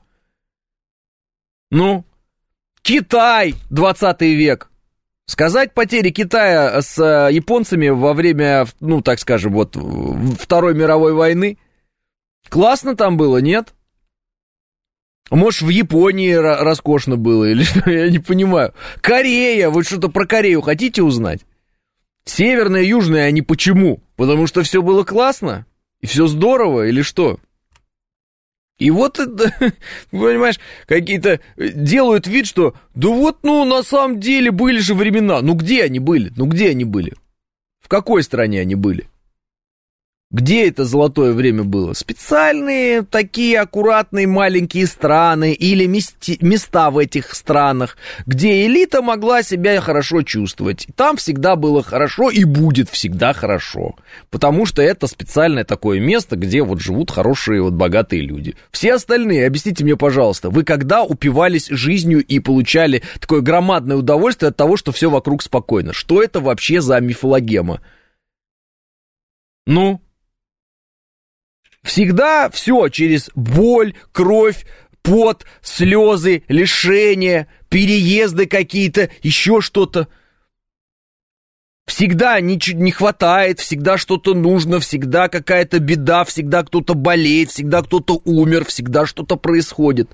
Ну, Китай, двадцатый век. Сказать потери Китая с японцами во время, ну, так скажем, вот, Второй мировой войны? Классно там было, нет? Может, в Японии роскошно было или что, я не понимаю. Корея, вы что-то про Корею хотите узнать? Северная и южная, они почему? Потому что все было классно? И все здорово или что? И вот это, понимаешь, какие-то делают вид, что да вот, ну, на самом деле были же времена. Ну, где они были? Ну, где они были? В какой стране они были? Где это золотое время было? Специальные такие аккуратные маленькие страны или мести, места в этих странах, где элита могла себя хорошо чувствовать. Там всегда было хорошо и будет всегда хорошо. Потому что это специальное такое место, где вот живут хорошие, вот богатые люди. Все остальные, объясните мне, пожалуйста, вы когда упивались жизнью и получали такое громадное удовольствие от того, что все вокруг спокойно? Что это вообще за мифологема? Ну... Всегда все через боль, кровь, пот, слезы, лишения, переезды какие-то, еще что-то. Всегда ничего не хватает, всегда что-то нужно, всегда какая-то беда, всегда кто-то болеет, всегда кто-то умер, всегда что-то происходит.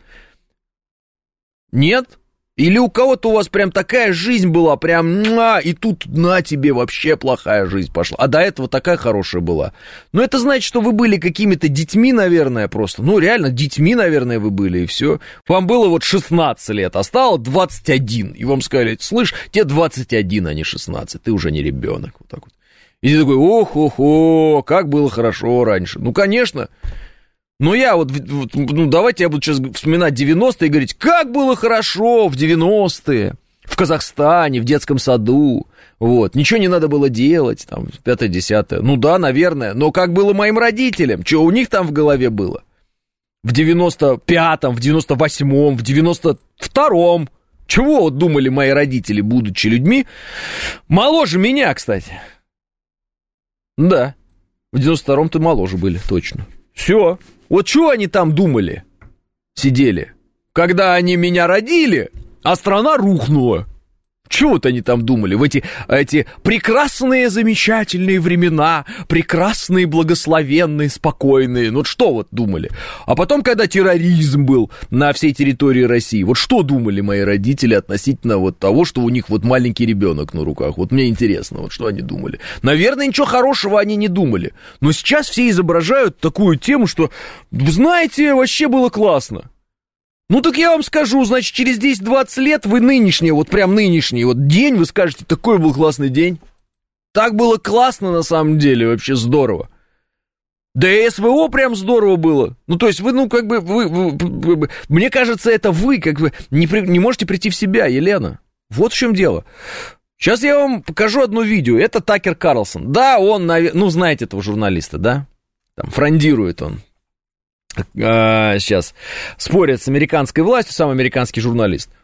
Нет? Или у кого-то у вас прям такая жизнь была, прям, и тут на тебе вообще плохая жизнь пошла, а до этого такая хорошая была. Ну, это значит, что вы были какими-то детьми, наверное, просто. Ну, реально, детьми, наверное, вы были, и все. Вам было вот шестнадцать лет, а стало двадцать один, и вам сказали, слышь, тебе двадцать один, а не шестнадцать, ты уже не ребенок. Вот так вот. И ты такой, ох-ох-ох, как было хорошо раньше. Ну, конечно... Но я вот, вот, ну давайте я буду сейчас вспоминать девяностые и говорить, как было хорошо в девяностые, в Казахстане, в детском саду, вот, ничего не надо было делать, там, пятое-десятое, ну да, наверное, но как было моим родителям, что у них там в голове было? В девяносто пятом, в девяносто восьмом, в девяносто втором, чего вот думали мои родители, будучи людьми, моложе меня, кстати, да, в девяносто втором-то моложе были, точно, все. Вот что они там думали, сидели, когда они меня родили, а страна рухнула? Чего вот они там думали в эти, эти прекрасные, замечательные времена, прекрасные, благословенные, спокойные, ну вот что вот думали? А потом, когда терроризм был на всей территории России, вот что думали мои родители относительно вот того, что у них вот маленький ребенок на руках? Вот мне интересно, вот что они думали. Наверное, ничего хорошего они не думали, но сейчас все изображают такую тему, что, знаете, вообще было классно. Ну так я вам скажу, значит, через десять-двадцать лет вы нынешний, вот прям нынешний вот день, вы скажете, такой был классный день. Так было классно на самом деле, вообще здорово. Да и СВО прям здорово было. Ну то есть вы, ну как бы, вы, вы, вы, вы, мне кажется, это вы как бы не, при, не можете прийти в себя, Елена. Вот в чем дело. Сейчас я вам покажу одно видео. Это Такер Карлсон. Да, он, ну знаете этого журналиста, да? Там фрондирует он. Сейчас спорят с американской властью, сам американский журналист.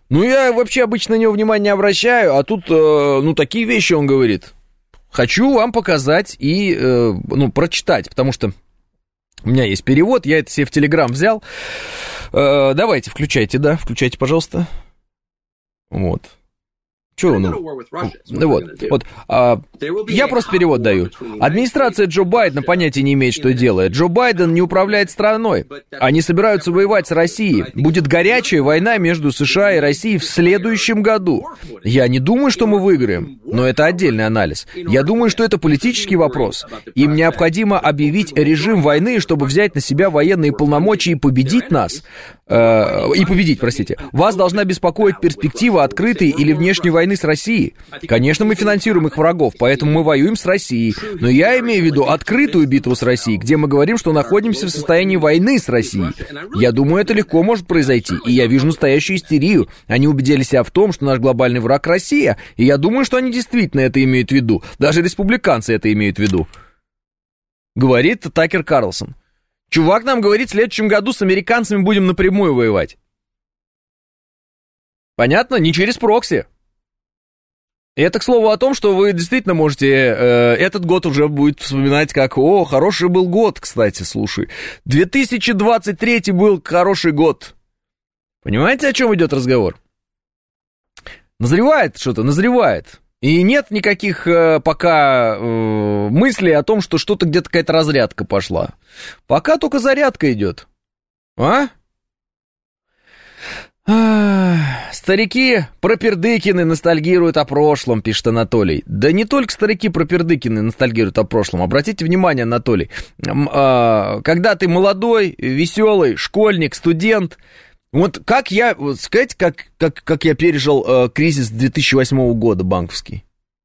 Ну, я вообще обычно на него внимания не обращаю, а тут, э, ну, такие вещи он говорит. Хочу вам показать и, э, ну, прочитать, потому что у меня есть перевод, я это себе в Телеграм взял. Э, давайте, включайте, да, включайте, пожалуйста. Вот. Чего, ну, ну вот, вот а, я просто перевод даю. Администрация Джо Байдена понятия не имеет, что делает. Джо Байден не управляет страной. Они собираются воевать с Россией. Будет горячая война между США и Россией в следующем году. Я не думаю, что мы выиграем, но это отдельный анализ. Я думаю, что это политический вопрос. Им необходимо объявить режим войны, чтобы взять на себя военные полномочия и победить нас. Э, и победить, простите. Вас должна беспокоить перспектива открытой или внешней войны с Россией. Конечно, мы финансируем их врагов, поэтому мы воюем с Россией. Но я имею в виду открытую битву с Россией, где мы говорим, что находимся в состоянии войны с Россией. Я думаю, это легко может произойти, и я вижу настоящую истерию. Они убедили себя в том, что наш глобальный враг Россия, и я думаю, что они действительно это имеют в виду. Даже республиканцы это имеют в виду. Говорит Такер Карлсон. Чувак нам говорит, в следующем году с американцами будем напрямую воевать. Понятно? Не через прокси. И это, к слову, о том, что вы действительно можете э, этот год уже будет вспоминать как, о, хороший был год, кстати, слушай. две тысячи двадцать третий был хороший год. Понимаете, о чем идет разговор? Назревает что-то, назревает. И нет никаких э, пока э, мыслей о том, что что-то где-то какая-то разрядка пошла. Пока только зарядка идет. А? Старики пропердыкины ностальгируют о прошлом, пишет Анатолий. Да не только старики пропердыкины ностальгируют о прошлом. Обратите внимание, Анатолий, когда ты молодой, веселый, школьник, студент, вот как я, вот сказать, как, как, как я пережил э, кризис две тысячи восьмого года банковский?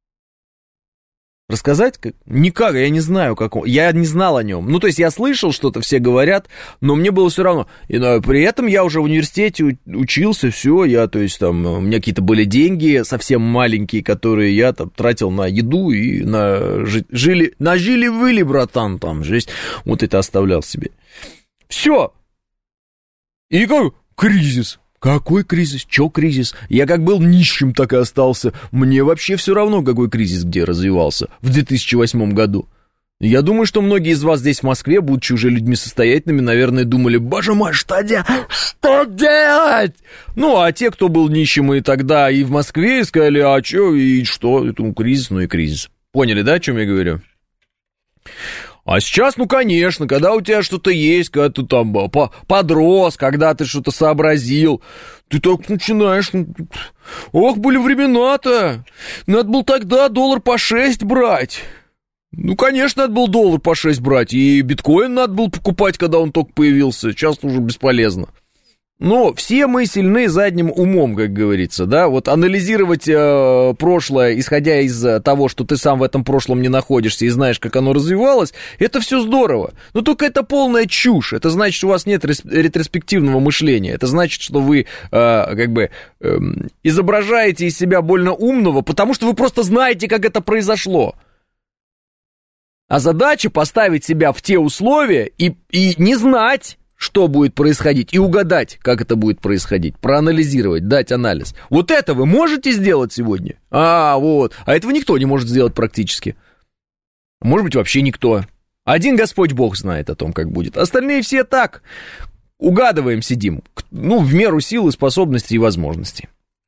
Рассказать? Никак, я не знаю, как он. Я не знал о нем. Ну, то есть я слышал что-то, все говорят, но мне было все равно. И но, при этом я уже в университете учился, все, я, то есть там, у меня какие-то были деньги совсем маленькие, которые я там тратил на еду и на жили, на жили-выли, братан, там, жесть. Вот это оставлял себе. Все. И как кризис. Какой кризис? Чё кризис? Я как был нищим, так и остался. Мне вообще все равно, какой кризис где развивался в две тысячи восьмом году. Я думаю, что многие из вас здесь в Москве, будучи уже людьми состоятельными, наверное, думали, боже мой, что делать? Что делать? Ну, а те, кто был нищим и тогда, и в Москве, сказали, а чё, и что? Это кризис, ну и кризис. Поняли, да, о чем я говорю? А сейчас, ну, конечно, когда у тебя что-то есть, когда ты там подрос, когда ты что-то сообразил, ты так начинаешь, ох, были времена-то, надо было тогда доллар по шесть брать. Ну, конечно, надо было доллар по шесть брать, и биткоин надо было покупать, когда он только появился, сейчас уже бесполезно. Но все мы сильны задним умом, как говорится, да, вот анализировать э, прошлое, исходя из того, что ты сам в этом прошлом не находишься и знаешь, как оно развивалось, это все здорово, но только это полная чушь, это значит, что у вас нет ретроспективного мышления, это значит, что вы, э, как бы, э, изображаете из себя больно умного, потому что вы просто знаете, как это произошло. А задача поставить себя в те условия и, и не знать, что будет происходить, и угадать, как это будет происходить, проанализировать, дать анализ. Вот это вы можете сделать сегодня? А, вот. А этого никто не может сделать практически. Может быть, вообще никто. Один Господь Бог знает о том, как будет. Остальные все так. Угадываем, сидим. Ну, в меру сил и способностей и возможностей.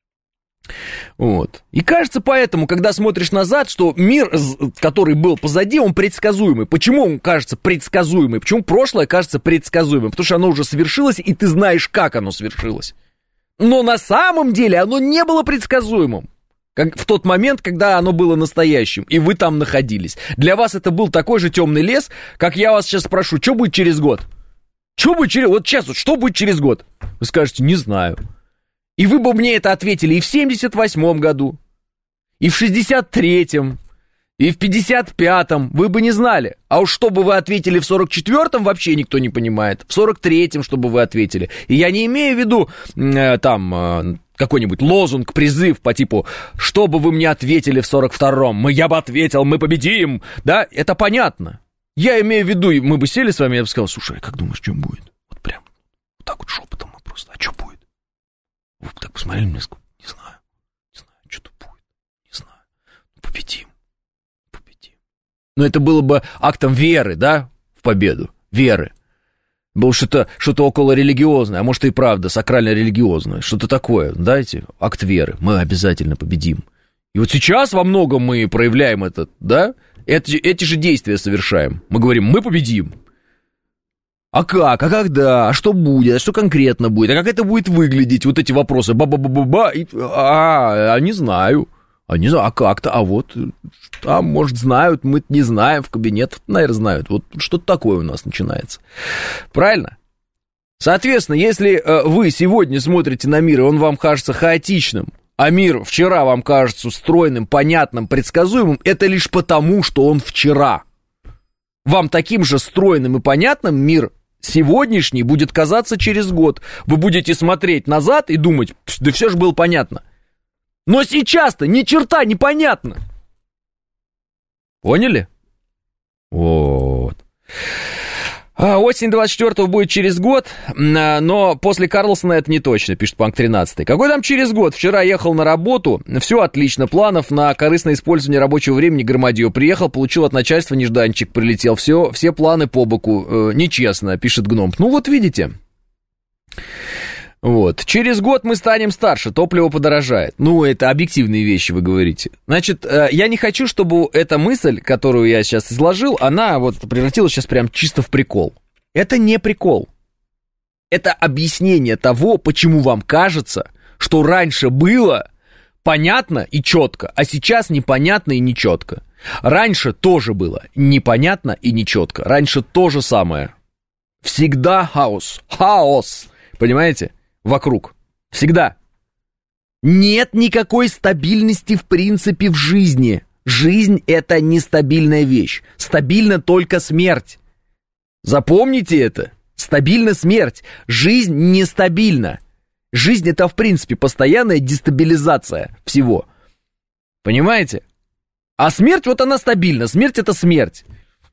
Вот. И кажется поэтому, когда смотришь назад, что мир, который был позади, он предсказуемый. Почему он кажется предсказуемый? Почему прошлое кажется предсказуемым? Потому что оно уже свершилось, и ты знаешь, как оно свершилось. Но на самом деле оно не было предсказуемым. Как в тот момент, когда оно было настоящим, и вы там находились. Для вас это был такой же темный лес, как я вас сейчас спрошу, что будет через год? Что будет через... Вот сейчас, вот, что будет через год? Вы скажете, не знаю. И вы бы мне это ответили и в семьдесят восьмом году, и в шестьдесят третьем, и в пятьдесят пятом, вы бы не знали. А уж что бы вы ответили в сорок четвёртом, вообще никто не понимает. В сорок третьем, что бы вы ответили. И я не имею в виду, э, там, э, какой-нибудь лозунг, призыв по типу, что бы вы мне ответили в сорок втором, мы, я бы ответил, мы победим, да, это понятно. Я имею в виду, мы бы сели с вами, я бы сказал, слушай, как думаешь, что будет? Вот прям, вот так вот шепотом мы просто, а что будет? Вы так посмотрели на меня и сказали, не знаю, не знаю, что-то будет, не знаю. Победим, победим. Но это было бы актом веры, да, в победу, веры. Было что-то, что-то около религиозное, а может и правда, сакрально-религиозное, что-то такое, знаете, акт веры. Мы обязательно победим. И вот сейчас во многом мы проявляем это, да, эти, эти же действия совершаем. Мы говорим, мы победим. А как, а когда, а что будет, а что конкретно будет, а как это будет выглядеть, вот эти вопросы, ба-ба-ба-ба-ба, и, а, а, не знаю, а не знаю, а как-то, а вот, там, может, знают, мы не знаем, в кабинетах, наверное, знают, вот что-то такое у нас начинается, правильно? Соответственно, если э, вы сегодня смотрите на мир, и он вам кажется хаотичным, а мир вчера вам кажется стройным, понятным, предсказуемым, это лишь потому, что он вчера. Вам таким же стройным и понятным мир сегодняшний будет казаться через год. Вы будете смотреть назад и думать, да все же было понятно. Но сейчас-то ни черта не понятно. Поняли? Вот. А, осень двадцать четвёртого будет через год, но после Карлсона это не точно, пишет Панк тринадцать. Какой там через год? Вчера ехал на работу, все отлично, планов на корыстное использование рабочего времени громадье. Приехал, получил от начальства нежданчик, прилетел, все, все планы по боку, э, нечестно, пишет Гном. Ну вот видите. Вот. Через год мы станем старше, топливо подорожает. Ну, это объективные вещи, вы говорите. Значит, я не хочу, чтобы эта мысль, которую я сейчас изложил, она вот превратилась сейчас прям чисто в прикол. Это не прикол. Это объяснение того, почему вам кажется, что раньше было понятно и четко, а сейчас непонятно и нечетко. Раньше тоже было непонятно и нечетко. Раньше то же самое. Всегда хаос. Хаос. Понимаете? Вокруг. Всегда. Нет никакой стабильности в принципе в жизни. Жизнь — это нестабильная вещь. Стабильна только смерть. Запомните это. Стабильна смерть. Жизнь нестабильна. Жизнь — это, в принципе, постоянная дестабилизация всего. Понимаете? А смерть, вот она стабильна. Смерть — это смерть.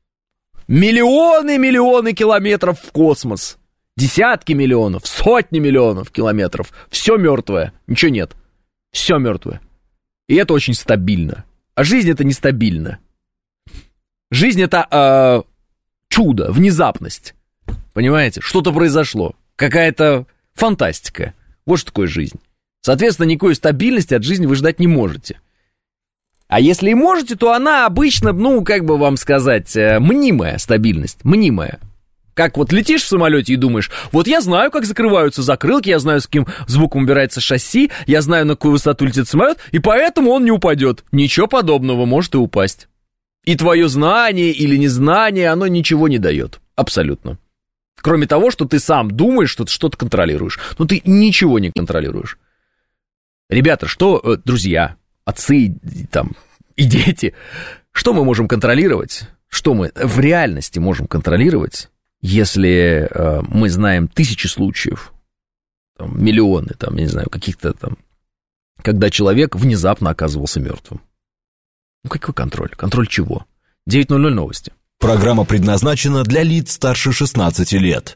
Миллионы-миллионы километров в космос. Десятки миллионов, сотни миллионов километров. Все мертвое. Ничего нет. Все мертвое. И это очень стабильно. А жизнь — это нестабильно. Жизнь — это э, чудо, внезапность. Понимаете? Что-то произошло. Какая-то фантастика. Вот что такое жизнь. Соответственно, никакой стабильности от жизни вы ждать не можете. А если и можете, то она обычно, ну, как бы вам сказать, мнимая стабильность. Мнимая. Как вот летишь в самолете и думаешь, вот я знаю, как закрываются закрылки, я знаю, с каким звуком убирается шасси, я знаю, на какую высоту летит самолет, и поэтому он не упадет. Ничего подобного, может и упасть. И твое знание или незнание, оно ничего не дает. Абсолютно. Кроме того, что ты сам думаешь, что ты что-то контролируешь. Но ты ничего не контролируешь. Ребята, что, друзья, отцы там, и дети, что мы можем контролировать? Что мы в реальности можем контролировать? Если э, мы знаем тысячи случаев, там, миллионы, там, я не знаю, каких-то там, когда человек внезапно оказывался мертвым. Ну, какой контроль? Контроль чего? девять ноль ноль новости. Программа предназначена для лиц старше шестнадцати лет.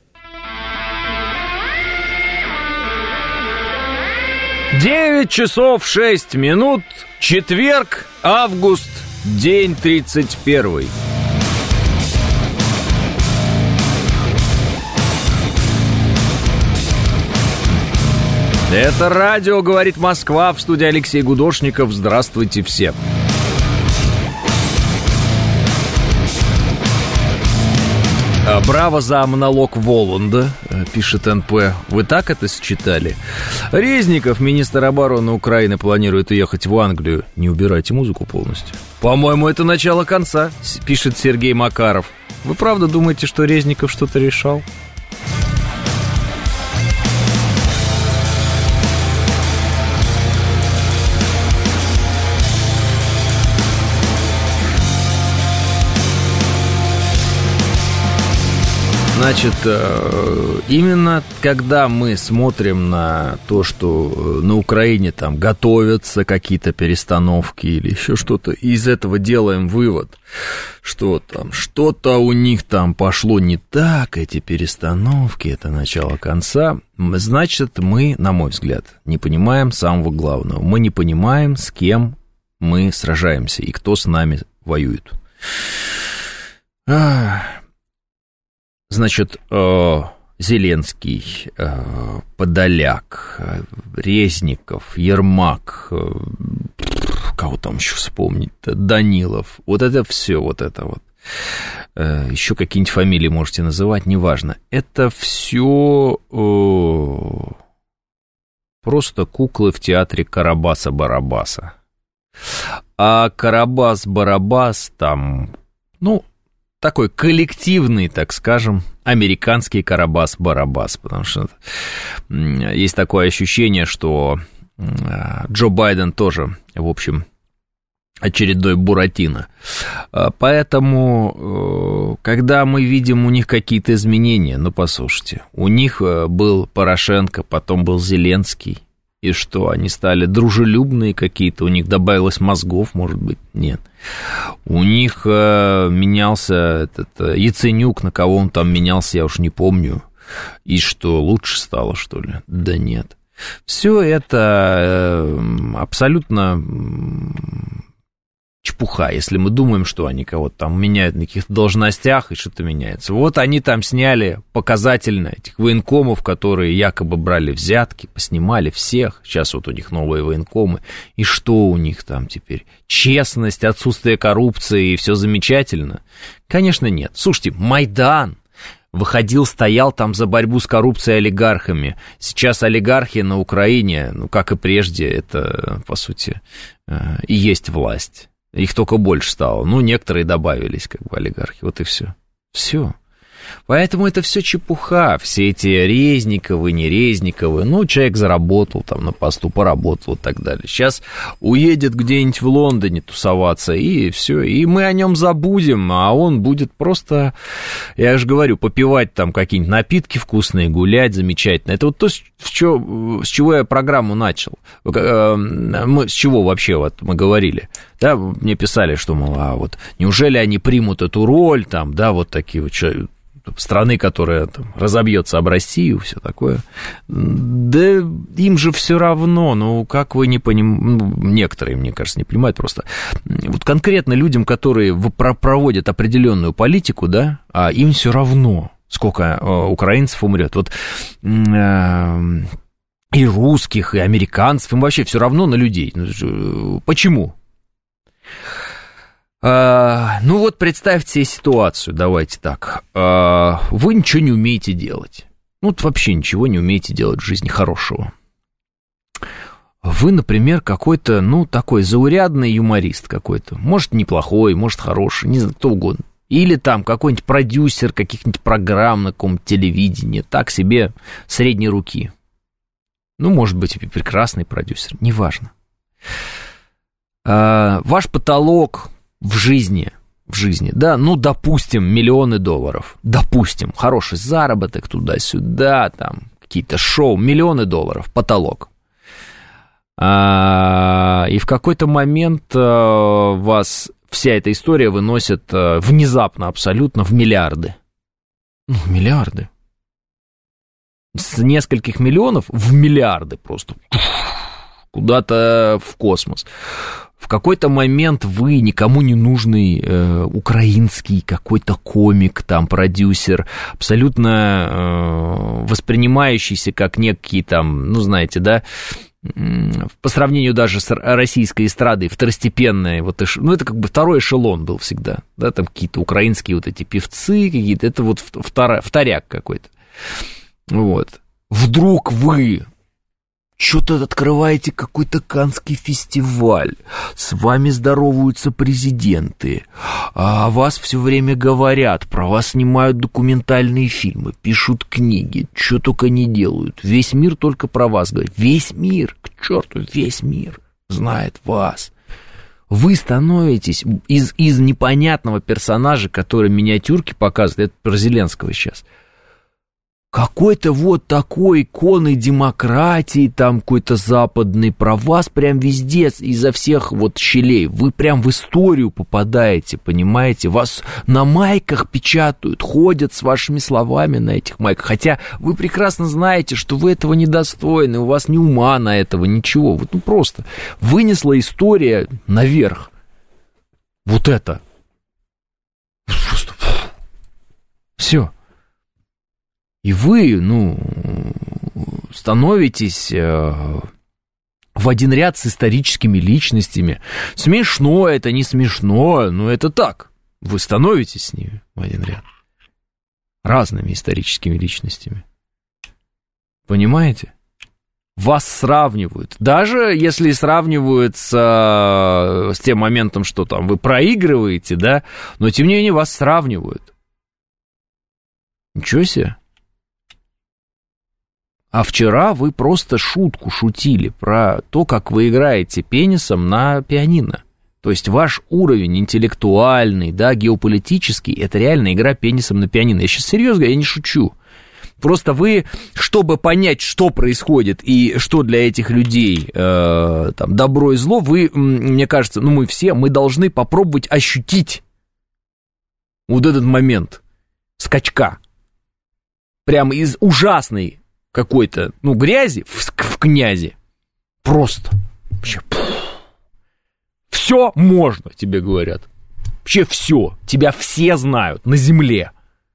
девять часов шесть минут, четверг, август, день тридцать первый. Это радио «Говорит Москва», в студии Алексей Гудошников. Здравствуйте все. Браво за монолог Воланда, пишет эн пэ. Вы так это считали? Резников, министр обороны Украины, планирует уехать в Англию. Не убирайте музыку полностью. По-моему, это начало конца, пишет Сергей Макаров. Вы правда думаете, что Резников что-то решал? Значит, именно когда мы смотрим на то, что на Украине там готовятся какие-то перестановки или еще что-то, и из этого делаем вывод, что там что-то у них там пошло не так, эти перестановки, это начало конца, значит, мы, на мой взгляд, не понимаем самого главного. Мы не понимаем, с кем мы сражаемся и кто с нами воюет. Значит, Зеленский, Подоляк, Резников, Ермак, кого там еще вспомнить-то, Данилов, вот это все, вот это вот. Еще какие-нибудь фамилии можете называть, неважно. Это все просто куклы в театре Карабаса-Барабаса. А Карабас-Барабас там, ну, такой коллективный, так скажем, американский Карабас-Барабас, потому что есть такое ощущение, что Джо Байден тоже, в общем, очередной Буратино. Поэтому, когда мы видим у них какие-то изменения, ну, послушайте, у них был Порошенко, потом был Зеленский, и что, они стали дружелюбные какие-то, у них добавилось мозгов, может быть, нет. У них э, менялся этот э, Яценюк, на кого он там менялся, я уж не помню. И что, лучше стало, что ли? Да нет. Все это э, абсолютно чепуха, если мы думаем, что они кого-то там меняют на каких-то должностях и что-то меняется. Вот они там сняли показательно этих военкомов, которые якобы брали взятки, поснимали всех. Сейчас вот у них новые военкомы. И что у них там теперь? Честность, отсутствие коррупции и все замечательно? Конечно, нет. Слушайте, Майдан выходил, стоял там за борьбу с коррупцией олигархами. Сейчас олигархи на Украине, ну, как и прежде, это, по сути, и есть власть. Их только больше стало. Ну, некоторые добавились, как бы, олигархи. Вот и все. Все. Поэтому это все чепуха. Все эти Резниковы, не Резниковы. Ну, человек заработал там на посту, поработал и так далее. Сейчас уедет где-нибудь в Лондоне тусоваться, и все. И мы о нем забудем, а он будет просто, я же говорю, попивать там какие-нибудь напитки вкусные, гулять замечательно. Это вот то, с чего, с чего я программу начал. Мы, с чего вообще вот мы говорили? Да, мне писали, что, мол, а вот неужели они примут эту роль, там, да, вот такие вот страны, которая там разобьется об Россию, все такое. Да им же все равно, ну, как вы не понимаете, ну, некоторые, мне кажется, не понимают просто. Вот конкретно людям, которые проводят определенную политику, да, а им все равно, сколько украинцев умрет. Вот и русских, и американцев, им вообще все равно на людей. Почему? А, ну вот представьте себе ситуацию, давайте так. А, вы ничего не умеете делать. Ну вот вообще ничего не умеете делать в жизни хорошего. Вы, например, какой-то, ну, такой заурядный юморист какой-то. Может, неплохой, может, хороший, не знаю, кто угодно. Или там какой-нибудь продюсер каких-нибудь программ на каком-то телевидении. Так себе средней руки. Ну, может быть, и прекрасный продюсер, неважно. А, ваш потолок в жизни, в жизни, да, ну, допустим, миллионы долларов, допустим, хороший заработок туда-сюда, там, какие-то шоу, миллионы долларов, потолок. А, и в какой-то момент а, вас вся эта история выносит а, внезапно абсолютно в миллиарды. Ну, в миллиарды. С нескольких миллионов в миллиарды просто. Куда-то в космос. В какой-то момент вы никому не нужный э, украинский какой-то комик, там, продюсер, абсолютно э, воспринимающийся как некий там, ну, знаете, да, по сравнению даже с российской эстрадой, второстепенная, вот, ну, это как бы второй эшелон был всегда, да, там какие-то украинские вот эти певцы какие-то, это вот втора, вторяк какой-то, вот. Вдруг вы что-то открываете какой-то Каннский фестиваль, с вами здороваются президенты, а о вас все время говорят, про вас снимают документальные фильмы, пишут книги, что только не делают. Весь мир только про вас говорит. Весь мир, к черту, весь мир знает вас. Вы становитесь из, из непонятного персонажа, который миниатюрки показывает, это про Зеленского сейчас, какой-то вот такой иконой демократии, там какой-то западный, про вас прям везде, изо всех вот щелей. Вы прям в историю попадаете, понимаете? Вас на майках печатают, ходят с вашими словами на этих майках. Хотя вы прекрасно знаете, что вы этого недостойны, у вас ни ума на этого, ничего. Вот ну просто вынесла история наверх. Вот это. Просто. Все. И вы, ну, становитесь э, в один ряд с историческими личностями. Смешно это, не смешно, но это так. Вы становитесь с ними в один ряд. Разными историческими личностями. Понимаете? Вас сравнивают. Даже если сравнивают с, с тем моментом, что там вы проигрываете, да, но тем не менее вас сравнивают. Ничего себе. А вчера вы просто шутку шутили про то, как вы играете пенисом на пианино. То есть ваш уровень интеллектуальный, да, геополитический, это реально игра пенисом на пианино. Я сейчас серьезно, я не шучу. Просто вы, чтобы понять, что происходит и что для этих людей э, там, добро и зло, вы, мне кажется, ну мы все, мы должны попробовать ощутить вот этот момент скачка. Прямо из ужасной какой-то, ну, грязи в, в князи. Просто. Вообще. Все можно, тебе говорят. Вообще все. Тебя все знают на земле.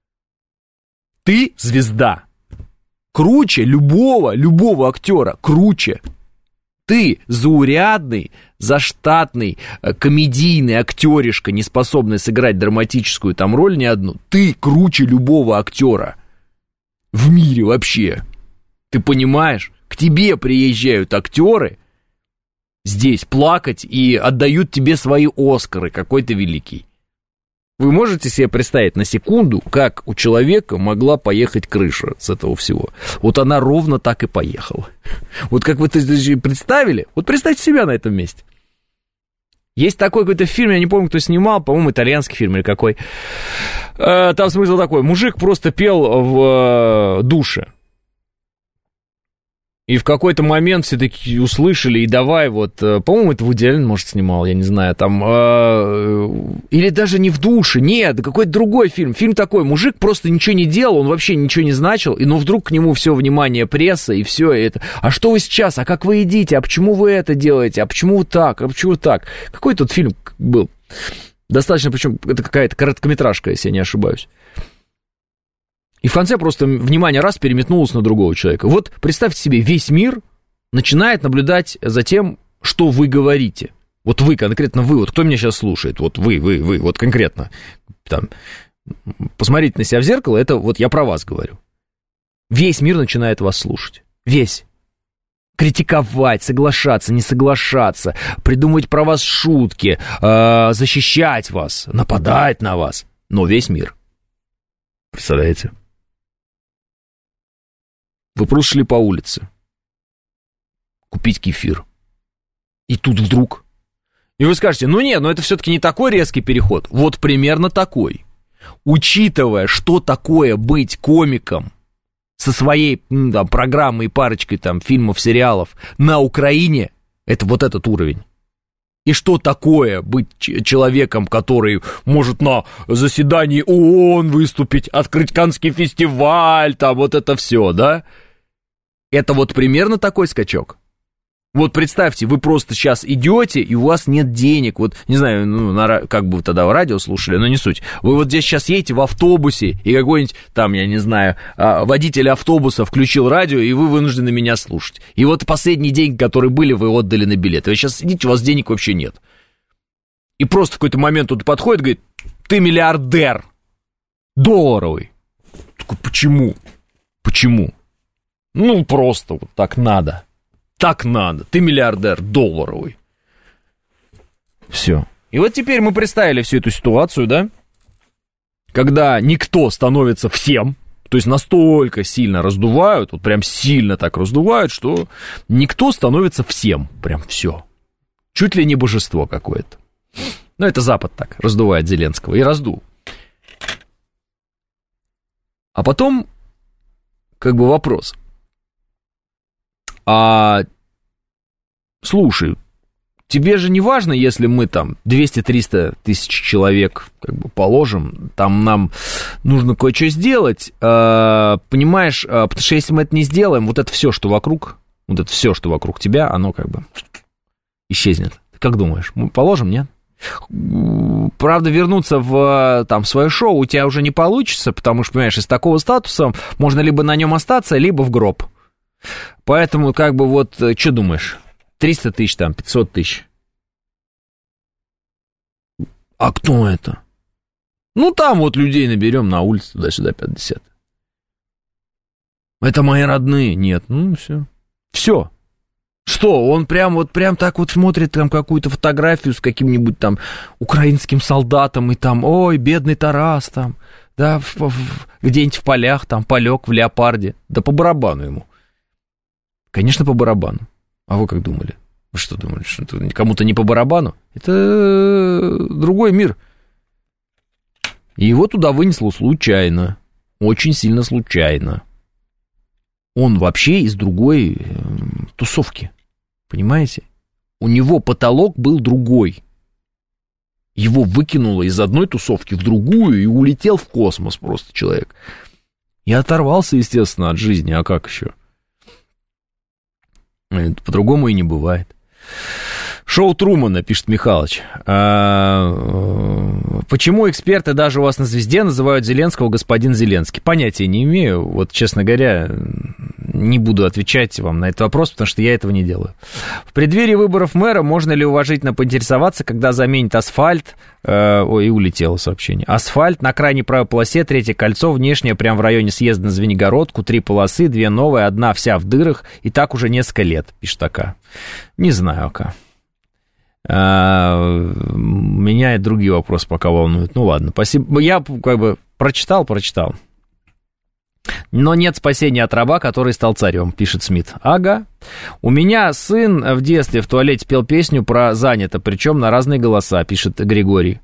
Ты звезда. Круче любого, любого актера. Круче. Ты заурядный, заштатный, комедийный актеришка, не способный сыграть драматическую там роль ни одну. Ты круче любого актера. В мире вообще. Ты понимаешь? К тебе приезжают актеры здесь плакать и отдают тебе свои Оскары, какой ты великий. Вы можете себе представить на секунду, как у человека могла поехать крыша с этого всего? Вот она ровно так и поехала. Вот как вы это представили? Вот представьте себя на этом месте. Есть такой какой-то фильм, я не помню, кто снимал, по-моему, итальянский фильм или какой. Там смысл такой: мужик просто пел в душе. И в какой-то момент все таки услышали, и давай вот, по-моему, это Вуди Аллен, может, снимал, я не знаю, там, э, или даже не в душе, нет, какой-то другой фильм. Фильм такой: мужик просто ничего не делал, он вообще ничего не значил, и, но вдруг к нему все внимание пресса, и все это. А что вы сейчас? А как вы едите? А почему вы это делаете? А почему так? А почему так? Какой тут фильм был? Достаточно, причем это какая-то короткометражка, если я не ошибаюсь. И в конце просто внимание раз переметнулось на другого человека. Вот представьте себе, весь мир начинает наблюдать за тем, что вы говорите. Вот вы, конкретно вы, вот кто меня сейчас слушает, вот вы, вы, вы, вот конкретно. Там, посмотрите на себя в зеркало, это вот я про вас говорю. Весь мир начинает вас слушать. Весь. Критиковать, соглашаться, не соглашаться, придумывать про вас шутки, э, защищать вас, нападать на вас. Но весь мир. Представляете? Вы просто шли по улице купить кефир. И тут вдруг... И вы скажете: ну нет, но это все-таки не такой резкий переход. Вот примерно такой. Учитывая, что такое быть комиком со своей там, программой и парочкой там, фильмов, сериалов на Украине, это вот этот уровень. И что такое быть человеком, который может на заседании ООН выступить, открыть Каннский фестиваль, там вот это все, да? Это вот примерно такой скачок. Вот представьте, вы просто сейчас идете, и у вас нет денег. Вот, не знаю, ну, на, как бы вы тогда в радио слушали, но не суть. Вы вот здесь сейчас едете в автобусе, и какой-нибудь там, я не знаю, водитель автобуса включил радио, и вы вынуждены меня слушать. И вот последние деньги, которые были, вы отдали на билет. Вы сейчас сидите, у вас денег вообще нет. И просто в какой-то момент он подходит и говорит: ты миллиардер долларовый. Такой: почему? Почему? Ну, просто вот так надо. Так надо. Ты миллиардер долларовый. Все. И вот теперь мы представили всю эту ситуацию, да? Когда никто становится всем, то есть настолько сильно раздувают, вот прям сильно так раздувают, что никто становится всем. Прям все. Чуть ли не божество какое-то. Ну, это Запад так раздувает Зеленского. И раздул. А потом как бы вопрос. А, слушай, тебе же не важно, если мы там двести-триста тысяч человек как бы положим, там нам нужно кое-что сделать, а, понимаешь, а, потому что если мы это не сделаем, вот это все, что вокруг, вот это все, что вокруг тебя, оно как бы исчезнет. Ты как думаешь, мы положим, нет? Правда, вернуться в там, свое шоу у тебя уже не получится, потому что, понимаешь, из такого статуса можно либо на нем остаться, либо в гроб. Поэтому, как бы, вот, что думаешь? триста тысяч, там, пятьсот тысяч. А кто это? Ну, там вот людей наберем на улице, туда-сюда, пятьдесят. Это мои родные. Нет, ну, все. Все. Что, он прям вот прям так вот смотрит там какую-то фотографию с каким-нибудь там украинским солдатом и там, ой, бедный Тарас там, да, в, в, где-нибудь в полях там полег в леопарде. Да по барабану ему. Конечно, по барабану. А вы как думали? Вы что думали, что это кому-то не по барабану? Это другой мир. И его туда вынесло случайно. Очень сильно случайно. Он вообще из другой э, тусовки. Понимаете? У него потолок был другой. Его выкинуло из одной тусовки в другую и улетел в космос просто человек. И оторвался, естественно, от жизни. А как еще? Это по-другому и не бывает. Шоу Трумана, пишет Михалыч. А, почему эксперты даже у вас на «Звезде» называют Зеленского господин Зеленский? Понятия не имею. Вот, честно говоря, не буду отвечать вам на этот вопрос, потому что я этого не делаю. В преддверии выборов мэра можно ли уважительно поинтересоваться, когда заменит асфальт... Э, ой, и улетело сообщение. Асфальт на крайней правой полосе, третье кольцо, внешнее, прямо в районе съезда на Звенигородку, три полосы, две новые, одна вся в дырах, и так уже несколько лет, пишет АК. Не знаю, АК. А, меня и другие вопросы пока волнуют. Ну ладно, спасибо. Я как бы прочитал, прочитал. Но нет спасения от раба, который стал царем, пишет Смит. Ага. У меня сын в детстве в туалете пел песню про занято, причем на разные голоса, пишет Григорий.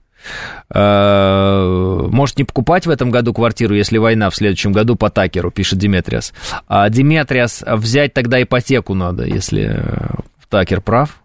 Может, не покупать в этом году квартиру, если война в следующем году по Такеру, пишет Диметриас. А Диметриас, взять тогда ипотеку надо, если Такер прав.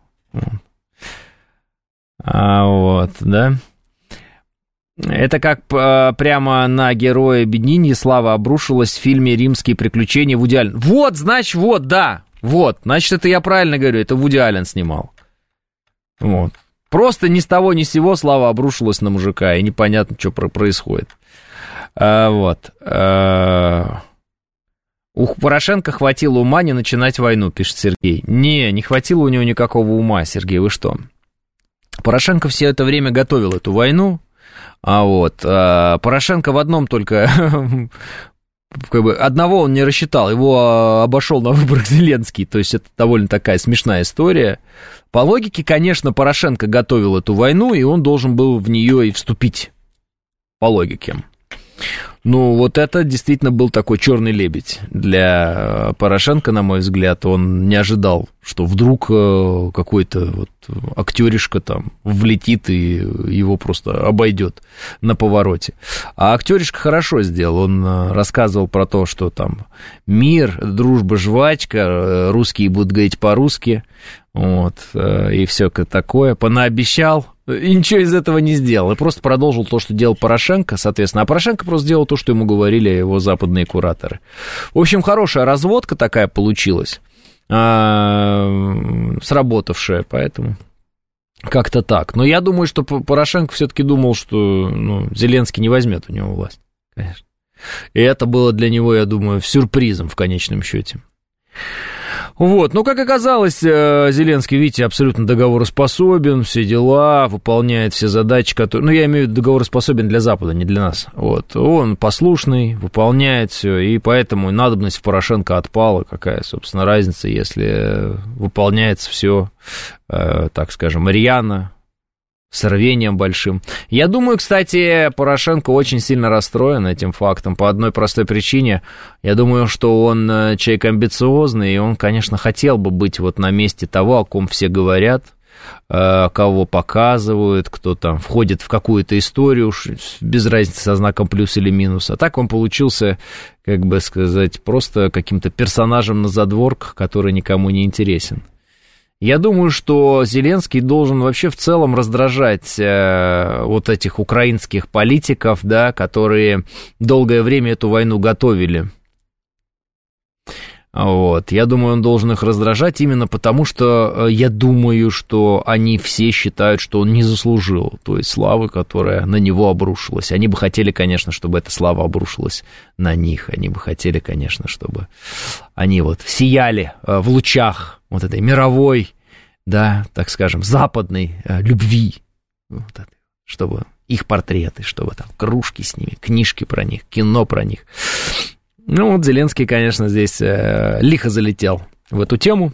А вот, да. Это как а, прямо на героя Бенини слава обрушилась в фильме «Римские приключения» Вуди Аллен. Вот, значит, вот, да, вот, значит, это я правильно говорю, это Вуди Аллен снимал. Вот. Просто ни с того ни с сего слава обрушилась на мужика, и непонятно, что происходит. А, вот. А... У Порошенко хватило ума не начинать войну, пишет Сергей. Не, не хватило у него никакого ума, Сергей, вы что? Порошенко все это время готовил эту войну. А вот а Порошенко в одном только, как бы, одного он не рассчитал, его обошел на выборах Зеленский, то есть это довольно такая смешная история. По логике, конечно, Порошенко готовил эту войну, и он должен был в нее и вступить, по логике. Ну, вот это действительно был такой черный лебедь для Порошенко, на мой взгляд. Он не ожидал, что вдруг какой-то вот актеришка там влетит и его просто обойдет на повороте. А актеришка хорошо сделал. Он рассказывал про то, что там мир, дружба, жвачка, русские будут говорить по-русски, вот, и все такое. Понаобещал. И ничего из этого не сделал, и просто продолжил то, что делал Порошенко, соответственно. А Порошенко просто сделал то, что ему говорили его западные кураторы. В общем, хорошая разводка такая получилась, сработавшая, поэтому как-то так. Но я думаю, что Порошенко все-таки думал, что ну, Зеленский не возьмет у него власть, конечно. И это было для него, я думаю, сюрпризом в конечном счете. Вот, ну, как оказалось, Зеленский, видите, абсолютно договороспособен, все дела, выполняет все задачи, которые... Ну, я имею в виду договороспособен для Запада, не для нас. Вот, он послушный, выполняет все, и поэтому надобность в Порошенко отпала. Какая, собственно, разница, если выполняется все, так скажем, рьяно, с рвением большим. Я думаю, кстати, Порошенко очень сильно расстроен этим фактом по одной простой причине. Я думаю, что он человек амбициозный, и он, конечно, хотел бы быть вот на месте того, о ком все говорят, кого показывают, кто там входит в какую-то историю, без разницы со знаком плюс или минус. А так он получился, как бы сказать, просто каким-то персонажем на задворках, который никому не интересен. Я думаю, что Зеленский должен вообще в целом раздражать э, вот этих украинских политиков, да, которые долгое время эту войну готовили. Вот. Я думаю, он должен их раздражать именно потому, что я думаю, что они все считают, что он не заслужил той славы, которая на него обрушилась. Они бы хотели, конечно, чтобы эта слава обрушилась на них. Они бы хотели, конечно, чтобы они вот сияли в лучах вот этой мировой, да, так скажем, западной любви. Вот это, чтобы их портреты, чтобы там кружки с ними, книжки про них, кино про них. Ну, вот Зеленский, конечно, здесь э, лихо залетел в эту тему.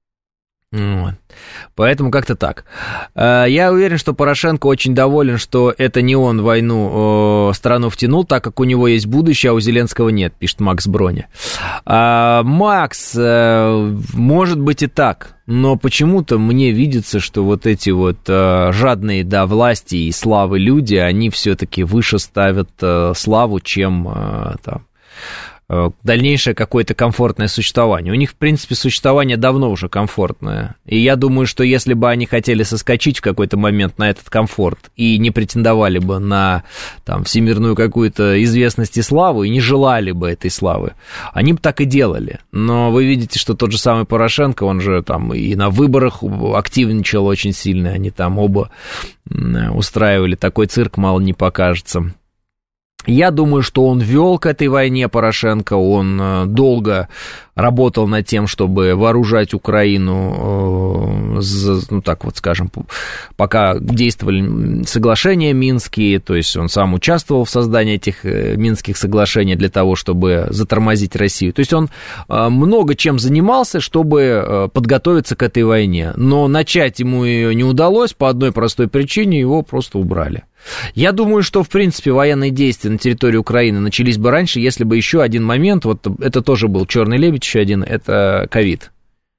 Вот. Поэтому как-то так. Э, я уверен, что Порошенко очень доволен, что это не он войну э, страну втянул, так как у него есть будущее, а у Зеленского нет, пишет Макс Броня. Э, Макс, э, может быть и так, но почему-то мне видится, что вот эти вот э, жадные до власти и славы люди, они все-таки выше ставят э, славу, чем э, там дальнейшее какое-то комфортное существование. У них, в принципе, существование давно уже комфортное. И я думаю, что если бы они хотели соскочить в какой-то момент на этот комфорт и не претендовали бы на там, всемирную какую-то известность и славу, и не желали бы этой славы, они бы так и делали. Но вы видите, что тот же самый Порошенко, он же там и на выборах активничал очень сильно, они там оба устраивали такой цирк, мало не покажется. Я думаю, что он вел к этой войне, Порошенко, он долго работал над тем, чтобы вооружать Украину, ну так вот скажем, пока действовали соглашения минские, то есть он сам участвовал в создании этих минских соглашений для того, чтобы затормозить Россию. То есть он много чем занимался, чтобы подготовиться к этой войне, но начать ему ее не удалось по одной простой причине, его просто убрали. Я думаю, что, в принципе, военные действия на территории Украины начались бы раньше, если бы еще один момент, вот это тоже был черный лебедь еще один, это ковид.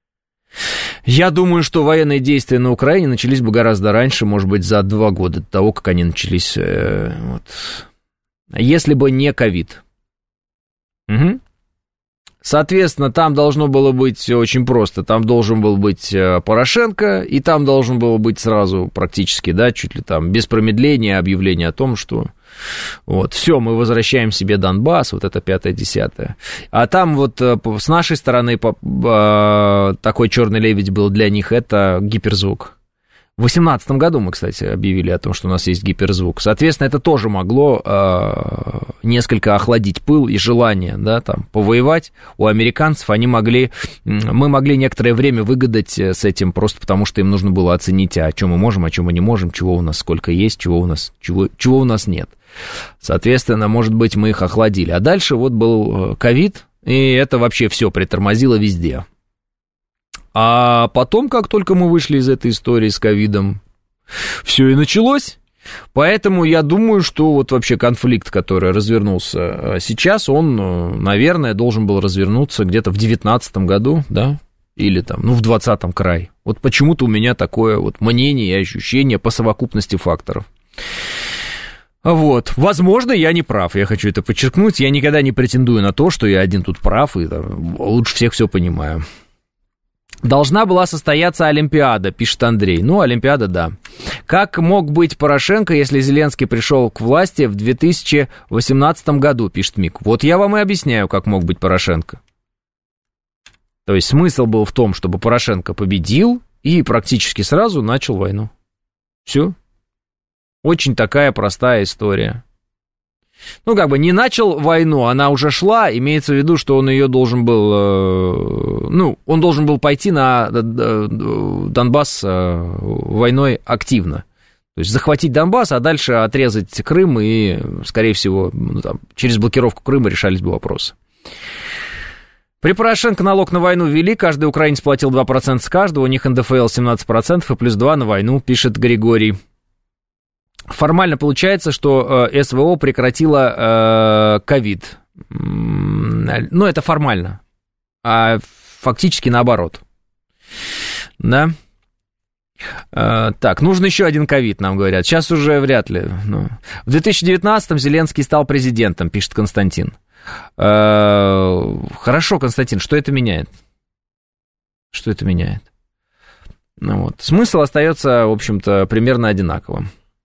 Я думаю, что военные действия на Украине начались бы гораздо раньше, может быть, за два года до того, как они начались, э, вот, если бы не ковид. Угу. Соответственно, там должно было быть очень просто. Там должен был быть Порошенко, и там должен был быть сразу практически, да, чуть ли там без промедления объявление о том, что вот, все, мы возвращаем себе Донбасс, вот это пятое-десятое. А там вот с нашей стороны такой черный лебедь был для них, это гиперзвук. В две тысячи восемнадцатом году мы, кстати, объявили о том, что у нас есть гиперзвук. Соответственно, это тоже могло э, несколько охладить пыл и желание, да, там, повоевать у американцев. Они могли, мы могли некоторое время выгадать с этим, просто потому что им нужно было оценить, а что мы можем, а что мы не можем, чего у нас сколько есть, чего у нас, чего, чего у нас нет. Соответственно, может быть, мы их охладили. А дальше вот был ковид, и это вообще все притормозило везде. А потом, как только мы вышли из этой истории с ковидом, все и началось. Поэтому я думаю, что вот вообще конфликт, который развернулся сейчас, он, наверное, должен был развернуться где-то в девятнадцатом году, да, или там, ну, в двадцатом край. Вот почему-то у меня такое вот мнение и ощущение по совокупности факторов. Вот, возможно, я не прав, я хочу это подчеркнуть. Я никогда не претендую на то, что я один тут прав и там, лучше всех все понимаю. Должна была состояться Олимпиада, пишет Андрей. Ну, Олимпиада, да. Как мог быть Порошенко, если Зеленский пришел к власти в две тысячи восемнадцатом году, пишет Мик. Вот я вам и объясняю, как мог быть Порошенко. То есть смысл был в том, чтобы Порошенко победил и практически сразу начал войну. Все. Очень такая простая история. Ну, как бы не начал войну, она уже шла, имеется в виду, что он ее должен был, э, ну, он должен был пойти на Донбасс э, войной активно. То есть захватить Донбасс, а дальше отрезать Крым, и, скорее всего, ну, там, через блокировку Крыма решались бы вопросы. При Порошенко налог на войну ввели, каждый украинец платил два процента с каждого, у них эн дэ эф эл семнадцать процентов и плюс два на войну, пишет Григорий. Формально получается, что э, эс вэ о прекратила ковид. Э, ну, это формально. А фактически наоборот. Да? Uh, так, нужен еще один ковид, нам говорят. Сейчас уже вряд ли. Ну. В две тысячи девятнадцатом Зеленский стал президентом, пишет Константин. Uh, хорошо, Константин, что это меняет? Что это меняет? Ну, вот. Смысл остается, в общем-то, примерно одинаковым.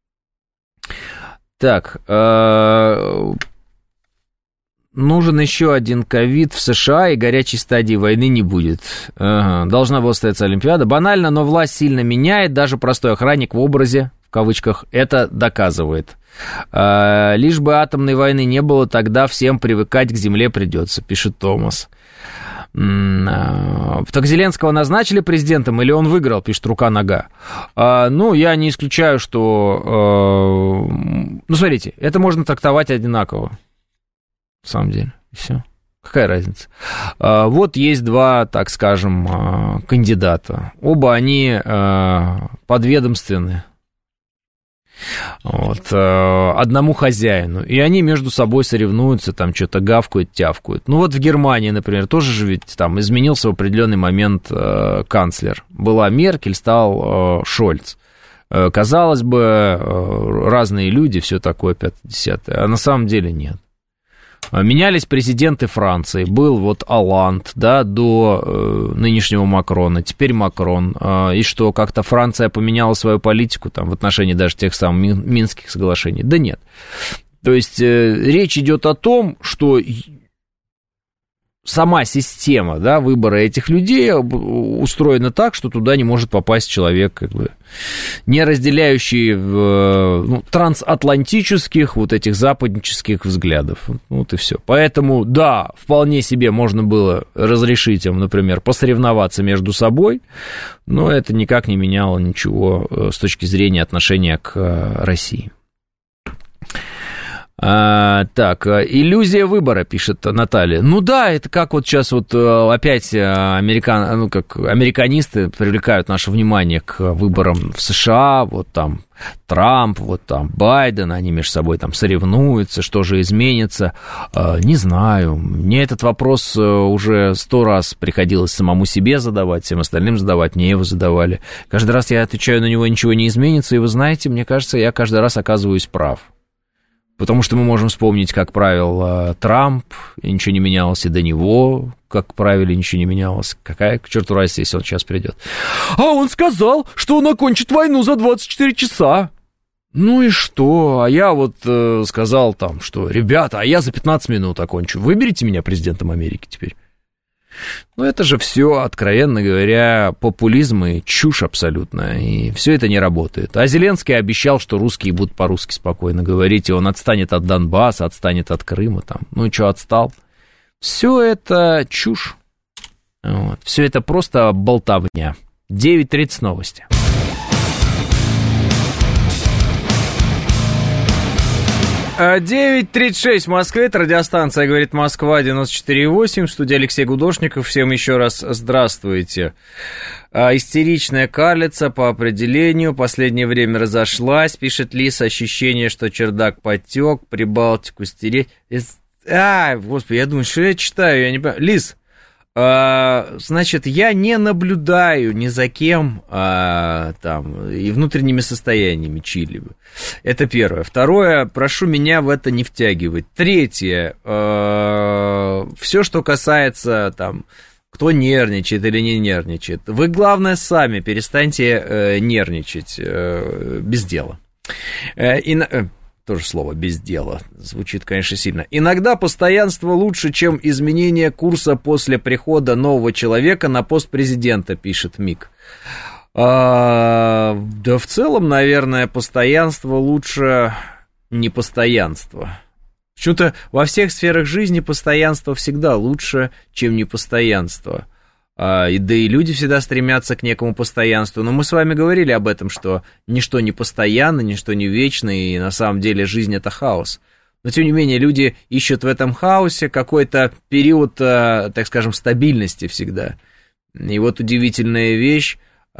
Так, uh, нужен еще один ковид в США, и горячей стадии войны не будет. Ага. Должна была состояться Олимпиада. Банально, но власть сильно меняет. Даже простой охранник в образе, в кавычках, это доказывает. А, лишь бы атомной войны не было, тогда всем привыкать к земле придется, пишет Томас. А, так Зеленского назначили президентом или он выиграл, пишет Рука-Нога. А, ну, я не исключаю, что... А, ну, смотрите, это можно трактовать одинаково. На самом деле, и все. Какая разница? А, вот есть два, так скажем, а, кандидата. Оба они а, подведомственны вот, а, одному хозяину. И они между собой соревнуются, там что-то гавкают, тявкают. Ну вот в Германии, например, тоже же ведь там изменился в определенный момент а, канцлер. Была Меркель, стал а, Шольц. А, казалось бы, а, разные люди, все такое пятое-десятое, а на самом деле нет. Менялись президенты Франции. Был вот Олланд, да, до э, нынешнего Макрона. Теперь Макрон. Э, и что, как-то Франция поменяла свою политику там, в отношении даже тех самых Минских соглашений? Да нет. То есть э, речь идет о том, что сама система, да, выбора этих людей устроена так, что туда не может попасть человек, как бы, не разделяющий ну, трансатлантических, вот этих западнических взглядов. Вот и все. Поэтому, да, вполне себе можно было разрешить им, например, посоревноваться между собой, но это никак не меняло ничего с точки зрения отношения к России. А, так, иллюзия выбора, пишет Наталья. Ну да, это как вот сейчас вот опять американ, ну, как американисты привлекают наше внимание к выборам в США, вот там Трамп, вот там Байден, они между собой там соревнуются, что же изменится, а, не знаю, мне этот вопрос уже сто раз приходилось самому себе задавать, всем остальным задавать, мне его задавали. Каждый раз я отвечаю на него, ничего не изменится, и вы знаете, мне кажется, я каждый раз оказываюсь прав. Потому что мы можем вспомнить, как правил Трамп, и ничего не менялось, и до него, как правили, ничего не менялось. Какая к черту разница, если он сейчас придет? А он сказал, что он окончит войну за двадцать четыре часа. Ну и что? А я вот э, сказал там, что, ребята, а я за пятнадцать минут окончу. Выберите меня президентом Америки теперь. Ну, это же все, откровенно говоря, популизм и чушь абсолютно, и все это не работает. А Зеленский обещал, что русские будут по-русски спокойно говорить, и он отстанет от Донбасса, отстанет от Крыма, там. Ну и что, отстал? Все это чушь. Вот. Все это просто болтовня. девять тридцать новости. девять тридцать шесть в Москве, это радиостанция «Говорит Москва», девяносто четыре и восемь, в студии Алексей Гудошников, всем еще раз здравствуйте. Истеричная карлица по определению, последнее время разошлась, пишет Лиса, ощущение, что чердак потек, Прибалтику стереть. А, господи, я думаю, что я читаю, я не понимаю. Лис, а, значит, я не наблюдаю ни за кем а, там и внутренними состояниями Чили. Это первое. Второе, прошу меня в это не втягивать. Третье, а, все, что касается там, кто нервничает или не нервничает, вы, главное, сами перестаньте э, нервничать э, без дела. Э, и, э, тоже слово «без дела» звучит, конечно, сильно. Иногда постоянство лучше, чем изменение курса после прихода нового человека на пост президента, пишет Мик. А, да в целом, наверное, постоянство лучше непостоянства. Почему-то во всех сферах жизни постоянство всегда лучше, чем непостоянство. А, и, да и люди всегда стремятся к некому постоянству. Но мы с вами говорили об этом, что ничто не постоянно, ничто не вечно, и на самом деле жизнь — это хаос. Но, тем не менее, люди ищут в этом хаосе какой-то период, так скажем, стабильности всегда. И вот удивительная вещь.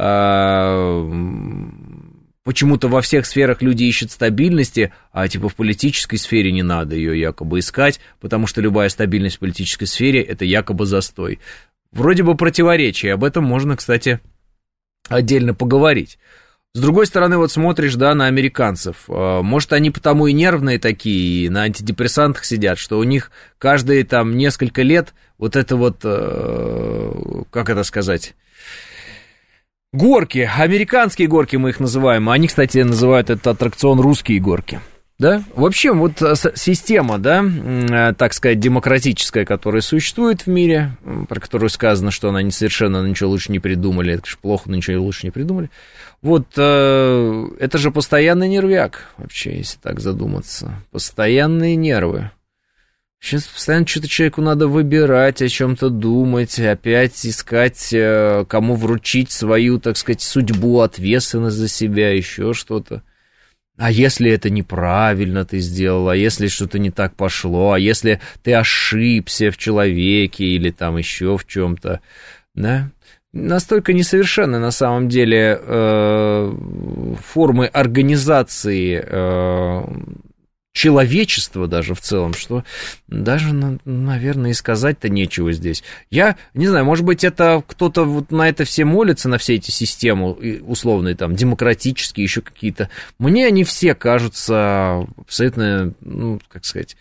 Почему-то во всех сферах люди ищут стабильности, а типа в политической сфере не надо ее якобы искать, потому что любая стабильность в политической сфере — это якобы застой. Вроде бы противоречие, об этом можно, кстати, отдельно поговорить. С другой стороны, вот смотришь, да, на американцев. Может, они потому и нервные такие, и на антидепрессантах сидят, что у них каждые там несколько лет вот это вот, как это сказать, горки, американские горки мы их называем. Они, кстати, называют этот аттракцион русские горки. Да? В общем, вот система, да, так сказать, демократическая, которая существует в мире, про которую сказано, что она не совершенно ничего лучше не придумали, это же плохо, но ничего лучше не придумали. Вот э, это же постоянный нервяк, вообще, если так задуматься. Постоянные нервы. Сейчас постоянно что-то человеку надо выбирать, о чем-то думать, опять искать, э, кому вручить свою, так сказать, судьбу, ответственность за себя, еще что-то. А если это неправильно ты сделал, а если что-то не так пошло, а если ты ошибся в человеке или там еще в чем-то, да? Настолько несовершенны на самом деле э, формы организации э, человечества даже в целом, что даже, наверное, и сказать-то нечего здесь. Я не знаю, может быть, это кто-то вот на это все молится, на все эти системы условные, там, демократические, еще какие-то. Мне они все кажутся абсолютно, ну, как сказать,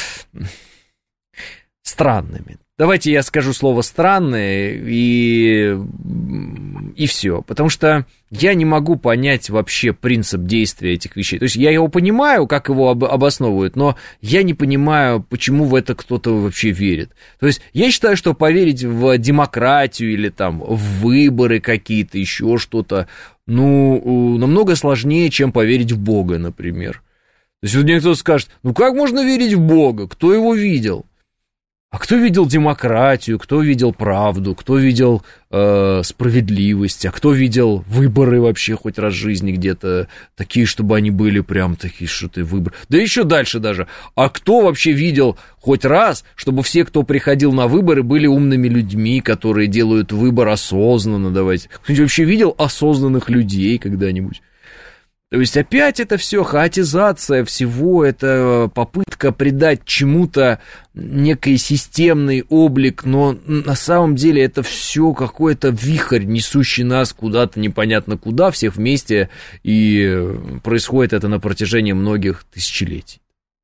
странными. Давайте я скажу слово «странные» и, и все, потому что я не могу понять вообще принцип действия этих вещей. То есть я его понимаю, как его об, обосновывают, но я не понимаю, почему в это кто-то вообще верит. То есть я считаю, что поверить в демократию или там в выборы какие-то, еще что-то, ну, намного сложнее, чем поверить в Бога, например. То есть вот мне кто-то скажет, ну как можно верить в Бога, кто его видел? А кто видел демократию, кто видел правду, кто видел э, справедливость, а кто видел выборы вообще хоть раз в жизни где-то, такие, чтобы они были прям такие, что ты выбор. Да еще дальше даже. А кто вообще видел хоть раз, чтобы все, кто приходил на выборы, были умными людьми, которые делают выбор осознанно, давайте. Кто-нибудь вообще видел осознанных людей когда-нибудь? То есть опять это все хаотизация всего, это попытка придать чему-то некий системный облик, но на самом деле это все какой-то вихрь, несущий нас куда-то непонятно куда, всех вместе, и происходит это на протяжении многих тысячелетий.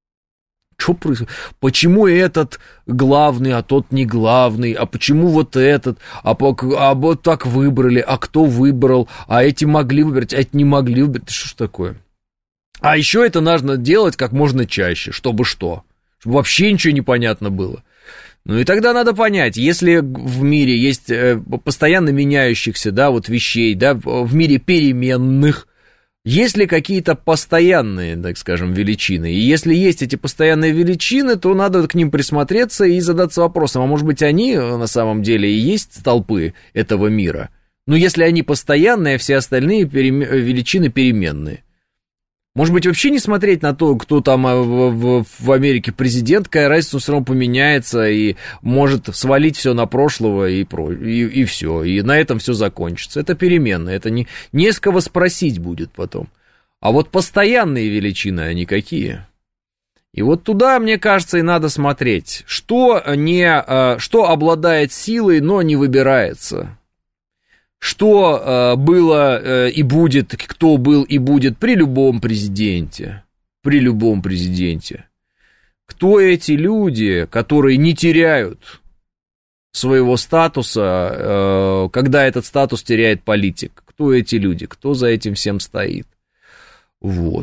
Что происходит? Почему этот главный, а тот не главный? А почему вот этот? А, по, а вот так выбрали? А кто выбрал? А эти могли выбрать, а эти не могли выбрать? Что ж такое? А еще это нужно делать как можно чаще. Чтобы что? Чтобы вообще ничего не понятно было. Ну и тогда надо понять, если в мире есть постоянно меняющихся, да, вот вещей, да, в мире переменных, есть ли какие-то постоянные, так скажем, величины? И если есть эти постоянные величины, то надо к ним присмотреться и задаться вопросом, а может быть, они на самом деле и есть столпы этого мира? Ну, если они постоянные, а все остальные перем... величины переменные. Может быть, вообще не смотреть на то, кто там в, в, в Америке президент, какая разница, он все равно поменяется и может свалить все на прошлого и, про, и, и все, и на этом все закончится. Это переменные, это не, не с кого спросить будет потом. А вот постоянные величины, они какие? И вот туда, мне кажется, и надо смотреть, что, не, что обладает силой, но не выбирается. Что э, было э, и будет, кто был и будет при любом президенте, при любом президенте. Кто эти люди, которые не теряют своего статуса, э, когда этот статус теряет политик? Кто эти люди, кто за этим всем стоит? Вот.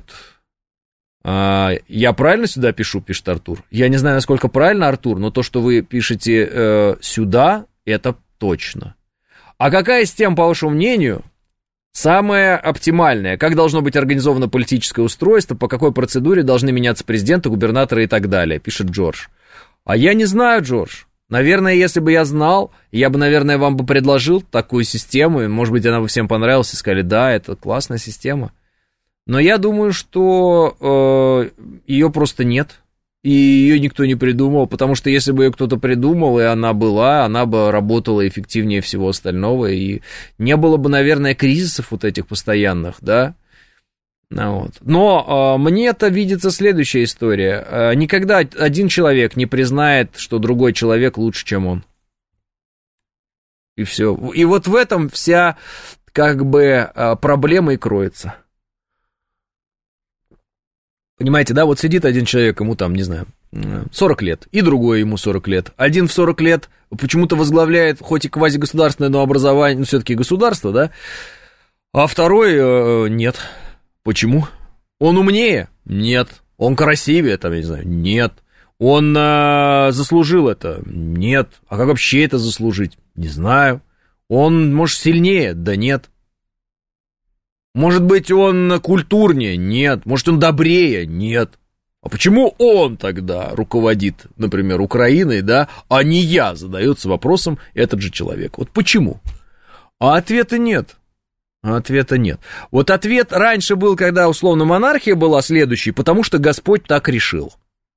А, я правильно сюда пишу, пишет Артур? Я не знаю, насколько правильно, Артур, но то, что вы пишете э, сюда, это точно. А какая система, по вашему мнению, самая оптимальная? Как должно быть организовано политическое устройство? По какой процедуре должны меняться президенты, губернаторы и так далее? Пишет Джордж. А я не знаю, Джордж. Наверное, если бы я знал, я бы, наверное, вам бы предложил такую систему. И, может быть, она бы всем понравилась и сказали, да, это классная система. Но я думаю, что э, ее просто нет. И ее никто не придумал, потому что если бы ее кто-то придумал, и она была, она бы работала эффективнее всего остального, и не было бы, наверное, кризисов вот этих постоянных, да. Вот. Но э, мне это видится следующая история. Э, никогда один человек не признает, что другой человек лучше, чем он. И все. И вот в этом вся как бы проблема и кроется. Понимаете, да, вот сидит один человек, ему там, не знаю, сорок лет, и другой ему сорок лет. Один в сорок лет почему-то возглавляет, хоть и квазигосударственное, но образование, ну, все-таки государство, да, а второй э, нет. Почему? Он умнее? Нет. Он красивее, там, я не знаю, нет. Он э, заслужил это? Нет. А как вообще это заслужить? Не знаю. Он, может, сильнее? Да нет. Может быть, он культурнее? Нет. Может, он добрее? Нет. А почему он тогда руководит, например, Украиной, да, а не я, задается вопросом этот же человек. Вот почему? А ответа нет. А ответа нет. Вот ответ раньше был, когда условно монархия была, следующий, потому что Господь так решил.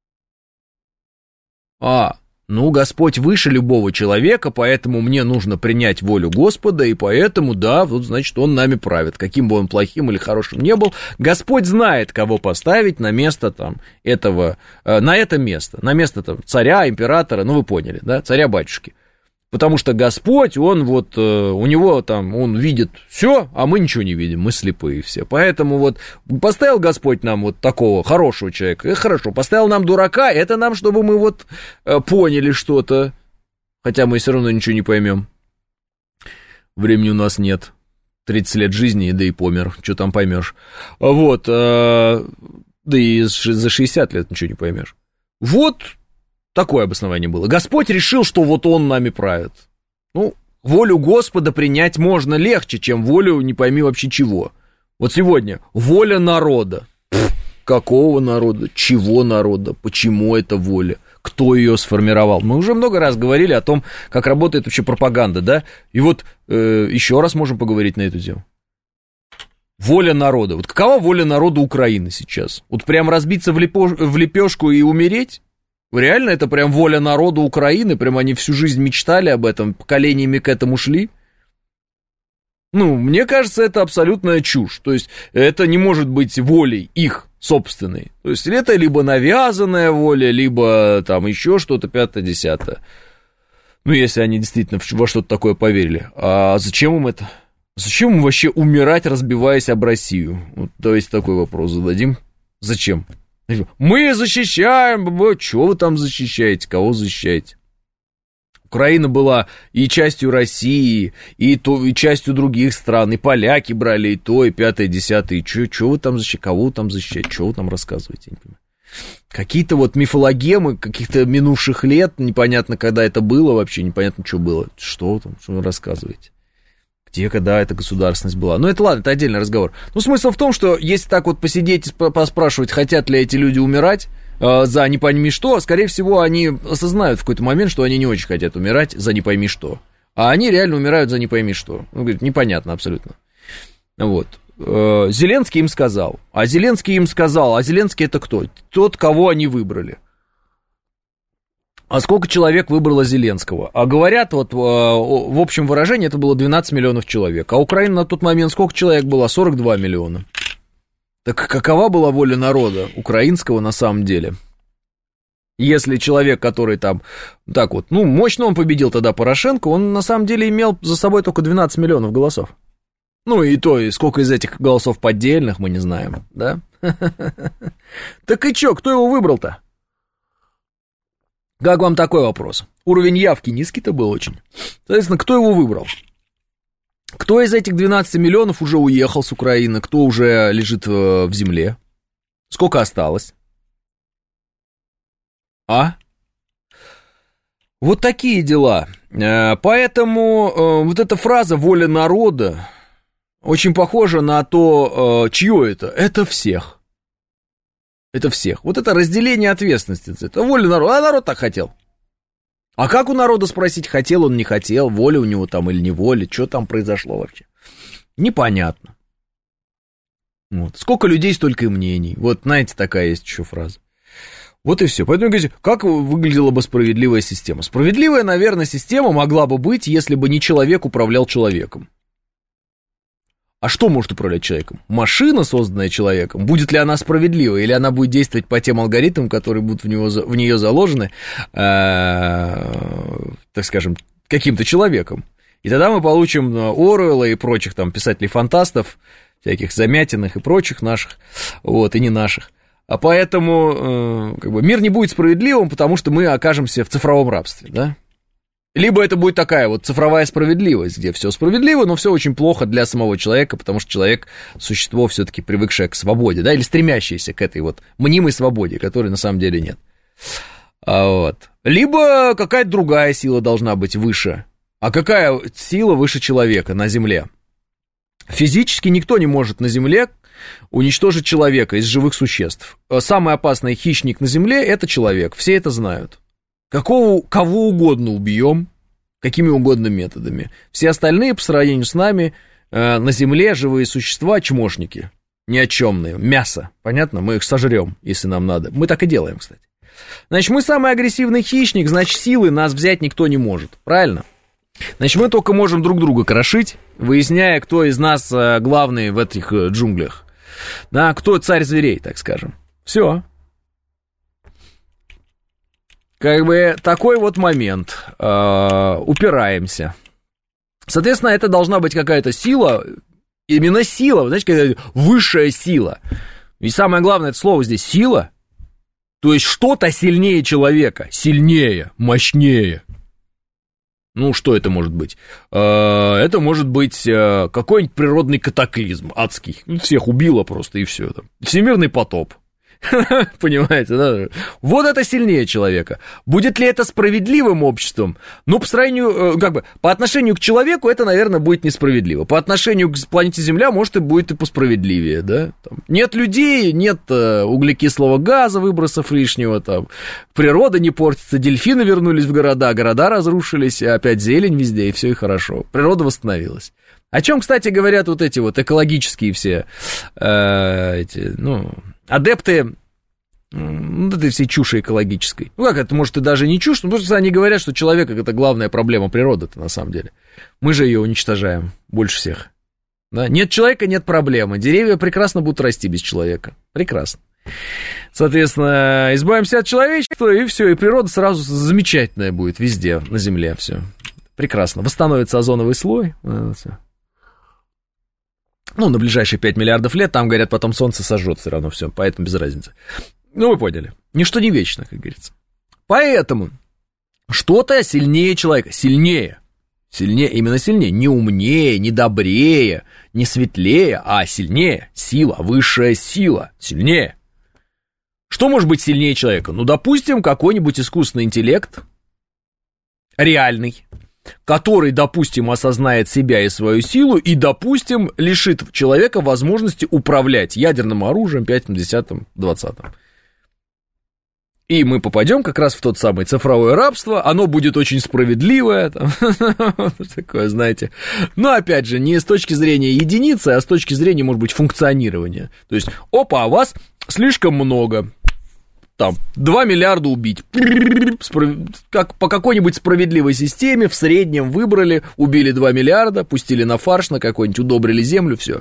А, ну, Господь выше любого человека, поэтому мне нужно принять волю Господа, и поэтому, да, вот, значит, Он нами правит. Каким бы он плохим или хорошим не был, Господь знает, кого поставить на место там этого, э, на это место, на место там царя, императора, ну, вы поняли, да, царя-батюшки. Потому что Господь, он вот, э, у него там, он видит все, а мы ничего не видим, мы слепые все. Поэтому вот поставил Господь нам вот такого хорошего человека, и хорошо, поставил нам дурака, это нам, чтобы мы вот э, поняли что-то, хотя мы все равно ничего не поймем. Времени у нас нет, тридцать лет жизни, да и помер, что там поймешь. Вот, э, да и за шестьдесят лет ничего не поймешь. Вот. Такое обоснование было. Господь решил, что вот Он нами правит. Ну, волю Господа принять можно легче, чем волю не пойми вообще чего. Вот сегодня воля народа. Пфф, какого народа? Чего народа? Почему это воля? Кто ее сформировал? Мы уже много раз говорили о том, как работает вообще пропаганда, да? И вот э, еще раз можем поговорить на эту тему. Воля народа. Вот какова воля народа Украины сейчас? Вот прям разбиться в, лепо... в лепешку и умереть? Реально, это прям воля народа Украины, прям они всю жизнь мечтали об этом, поколениями к этому шли. Ну, мне кажется, это абсолютная чушь, то есть это не может быть волей их собственной. То есть это либо навязанная воля, либо там еще что-то пятое-десятое. Ну, если они действительно во что-то такое поверили. А зачем им это? Зачем им вообще умирать, разбиваясь об Россию? Вот давайте такой вопрос зададим. Зачем? Мы защищаем, что вы там защищаете, кого защищаете? Украина была и частью России, и, то, и частью других стран, и поляки брали, и то, и пятое, десятое, и что вы там защищаете, кого вы там защищаете, что вы там рассказываете, не понимаю. Какие-то вот мифологемы каких-то минувших лет, непонятно, когда это было вообще, непонятно, что было, что вы там, что вы рассказываете. Где, когда эта государственность была. Ну, это ладно, это отдельный разговор. Но смысл в том, что если так вот посидеть и поспрашивать, хотят ли эти люди умирать э, за не пойми что, скорее всего, они осознают в какой-то момент, что они не очень хотят умирать за не пойми что. А они реально умирают за не пойми что. Он говорит, непонятно абсолютно. Вот. Э, Зеленский им сказал. А Зеленский им сказал. А Зеленский это кто? Тот, кого они выбрали. А сколько человек выбрало Зеленского? А говорят, вот в общем выражении это было двенадцать миллионов человек. А Украина на тот момент сколько человек было? сорок два миллиона. Так какова была воля народа украинского на самом деле? Если человек, который там, так вот, ну, мощно он победил тогда Порошенко, он на самом деле имел за собой только двенадцать миллионов голосов. Ну, и то, и сколько из этих голосов поддельных, мы не знаем, да? Так и чё, кто его выбрал-то? Как вам такой вопрос? Уровень явки низкий-то был очень. Соответственно, кто его выбрал? Кто из этих двенадцати миллионов уже уехал с Украины? Кто уже лежит в земле? Сколько осталось? А? Вот такие дела. Поэтому вот эта фраза «воля народа» очень похожа на то, чье это. Это всех. Это всех. Вот это разделение ответственности. Это воля народа. А народ так хотел. А как у народа спросить, хотел он, не хотел, воля у него там или не воля, что там произошло вообще? Непонятно. Вот. Сколько людей, столько и мнений. Вот, знаете, такая есть еще фраза. Вот и все. Поэтому говорите, как выглядела бы справедливая система? Справедливая, наверное, система могла бы быть, если бы не человек управлял человеком. А что может управлять человеком? Машина, созданная человеком, будет ли она справедливой, или она будет действовать по тем алгоритмам, которые будут в, него, в нее заложены, э, так скажем, каким-то человеком? И тогда мы получим Оруэлла и прочих там писателей-фантастов, всяких Замятиных и прочих наших, вот, и не наших. А поэтому э, как бы, мир не будет справедливым, потому что мы окажемся в цифровом рабстве, да? Либо это будет такая вот цифровая справедливость, где все справедливо, но все очень плохо для самого человека, потому что человек – существо все-таки привыкшее к свободе, да, или стремящееся к этой вот мнимой свободе, которой на самом деле нет. А вот. Либо какая-то другая сила должна быть выше. А какая сила выше человека на Земле? Физически никто не может на Земле уничтожить человека из живых существ. Самый опасный хищник на Земле – это человек, все это знают. Какого, кого угодно убьем, какими угодно методами. Все остальные, по сравнению с нами, э, на Земле живые существа – чмошники, ни о чемные, мясо, понятно? Мы их сожрем, если нам надо. Мы так и делаем, кстати. Значит, мы самый агрессивный хищник, значит, силы нас взять никто не может, правильно? Значит, мы только можем друг друга крошить, выясняя, кто из нас э, главный в этих э, джунглях. Да, кто царь зверей, так скажем. Все. Как бы такой вот момент. Э, упираемся. Соответственно, это должна быть какая-то сила, именно сила, вы знаете, какая-то высшая сила. И самое главное, это слово здесь сила. То есть что-то сильнее человека. Сильнее, мощнее. Ну, что это может быть? Это может быть какой-нибудь природный катаклизм адский. Всех убило просто, и все. Всемирный потоп. Понимаете, да? Вот это сильнее человека. Будет ли это справедливым обществом? Ну, по сравнению, как бы, по отношению к человеку это, наверное, будет несправедливо. По отношению к планете Земля, может, и будет и посправедливее, да? Там нет людей, нет э, углекислого газа, выбросов лишнего, там, природа не портится, дельфины вернулись в города, города разрушились, опять зелень везде, и все и хорошо. Природа восстановилась. О чем, кстати, говорят вот эти вот экологические все, э, эти, ну... адепты ну, этой всей чуши экологической. Ну, как это, может, и даже не чушь, но потому что они говорят, что человек – это главная проблема природы-то на самом деле. Мы же ее уничтожаем больше всех. Да? Нет человека – нет проблемы. Деревья прекрасно будут расти без человека. Прекрасно. Соответственно, избавимся от человечества, и все, и природа сразу замечательная будет везде на Земле. Все. Прекрасно. Восстановится озоновый слой. Все. Ну, на ближайшие пять миллиардов лет, там, говорят, потом солнце сожжет все равно все, поэтому без разницы. Ну, вы поняли. Ничто не вечно, как говорится. Поэтому что-то сильнее человека. Сильнее. Сильнее, именно сильнее. Не умнее, не добрее, не светлее, а сильнее. Сила, высшая сила. Сильнее. Что может быть сильнее человека? Ну, допустим, какой-нибудь искусственный интеллект, реальный, который, допустим, осознает себя и свою силу и, допустим, лишит человека возможности управлять ядерным оружием пятым, десятым, двадцатым. И мы попадем как раз в тот самый цифровое рабство, оно будет очень справедливое, там, такое, знаете. Но, опять же, не с точки зрения единицы, а с точки зрения, может быть, функционирования. То есть, опа, а вас слишком много. Там, два миллиарда убить. Как по какой-нибудь справедливой системе в среднем выбрали, убили два миллиарда, пустили на фарш, на какой-нибудь, удобрили землю, все.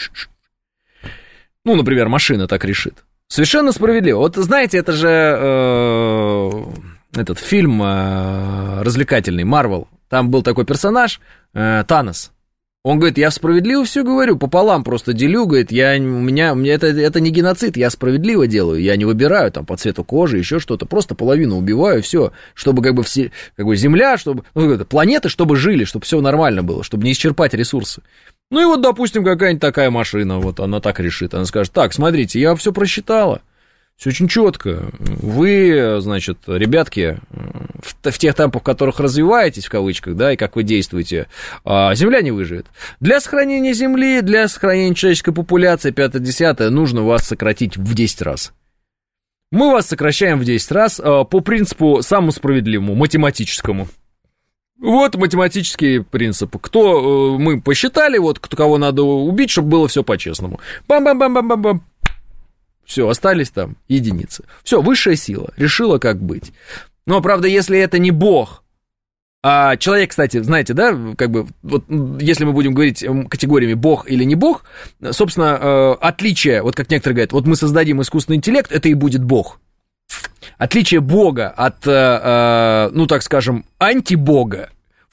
Ну, например, машина так решит. Совершенно справедливо. Вот знаете, это же э, этот фильм э, развлекательный, Марвел. Там был такой персонаж, э, Танос. Он говорит, я справедливо все говорю, пополам просто делю, говорит, я, у меня, у меня это, это не геноцид, я справедливо делаю, я не выбираю там по цвету кожи, еще что-то, просто половину убиваю, все, чтобы как бы все, как бы земля, чтобы, ну, планеты, чтобы жили, чтобы все нормально было, чтобы не исчерпать ресурсы. Ну и вот, допустим, какая-нибудь такая машина, вот она так решит, она скажет, так, смотрите, я все просчитала. Все очень четко. Вы, значит, ребятки, в, в тех темпах, в которых развиваетесь, в кавычках, да, и как вы действуете, Земля не выживет. Для сохранения Земли, для сохранения человеческой популяции, пятое-десятое, нужно вас сократить в десять раз. Мы вас сокращаем в десять раз по принципу самому справедливому, математическому. Вот математический принцип. Кто мы посчитали, вот кого надо убить, чтобы было все по-честному. Бам-бам-бам-бам-бам-бам. Все, остались там единицы. Все, высшая сила решила, как быть. Но, правда, если это не Бог, а человек, кстати, знаете, да, как бы, вот если мы будем говорить категориями Бог или не Бог, собственно, отличие, вот как некоторые говорят, вот мы создадим искусственный интеллект, это и будет Бог. Отличие Бога от, ну, так скажем, антибога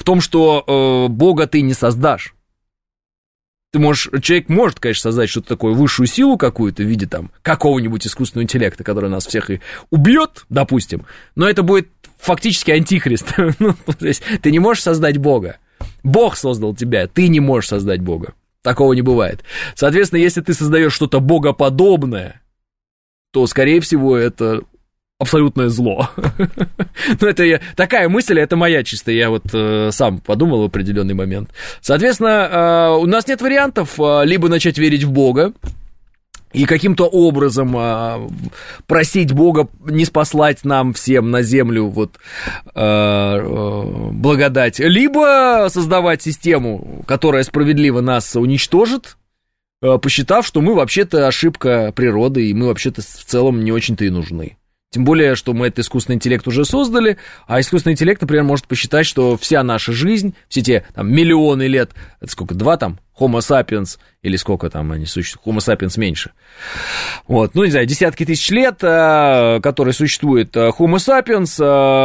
в том, что э, Бога ты не создашь. Ты можешь, человек может, конечно, создать что-то такое, высшую силу какую-то в виде там какого-нибудь искусственного интеллекта, который нас всех и убьет, допустим, но это будет фактически антихрист. Ну, то есть ты не можешь создать Бога. Бог создал тебя, ты не можешь создать Бога. Такого не бывает. Соответственно, если ты создаешь что-то богоподобное, то, скорее всего, это абсолютное зло. Ну, это я, такая мысль, это моя чистая, я вот э, сам подумал в определенный момент. Соответственно, э, у нас нет вариантов э, либо начать верить в Бога и каким-то образом э, просить Бога не спаслать нам всем на землю вот э, э, благодать, либо создавать систему, которая справедливо нас уничтожит, э, посчитав, что мы вообще-то ошибка природы, и мы вообще-то в целом не очень-то и нужны. Тем более, что мы этот искусственный интеллект уже создали, а искусственный интеллект, например, может посчитать, что вся наша жизнь, все те там, миллионы лет, это сколько, два там, Homo sapiens, или сколько там они существуют, Homo sapiens меньше, вот, ну, не знаю, десятки тысяч лет, которые существует Homo sapiens,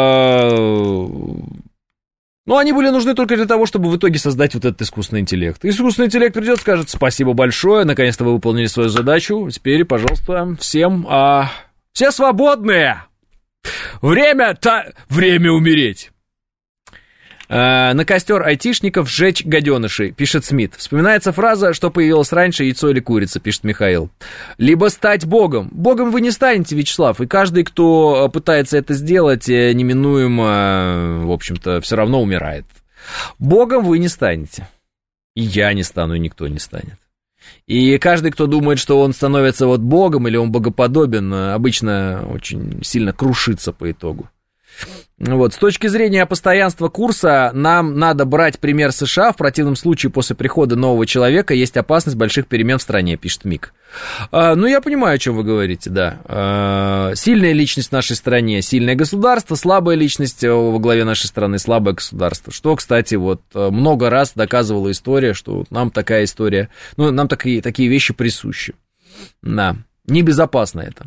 ну, они были нужны только для того, чтобы в итоге создать вот этот искусственный интеллект. Искусственный интеллект придет, скажет, спасибо большое, наконец-то вы выполнили свою задачу, теперь, пожалуйста, всем... А... Все свободные! Время, та... Время умереть! А, на костер айтишников сжечь гаденышей, пишет Смит. Вспоминается фраза, что появилась раньше, яйцо или курица, пишет Михаил. Либо стать Богом. Богом вы не станете, Вячеслав, и каждый, кто пытается это сделать, неминуемо, в общем-то, все равно умирает. Богом вы не станете. И я не стану, и никто не станет. И каждый, кто думает, что он становится вот богом или он богоподобен, обычно очень сильно крушится по итогу. Вот. С точки зрения постоянства курса, нам надо брать пример США. В противном случае, после прихода нового человека есть опасность больших перемен в стране, пишет Мик. А, ну, я понимаю, о чем вы говорите, да. А, сильная личность в нашей стране, сильное государство, слабая личность во главе нашей страны, слабое государство. Что, кстати, вот много раз доказывала история, что нам такая история, ну, нам такие, такие вещи присущи. Да, небезопасно это.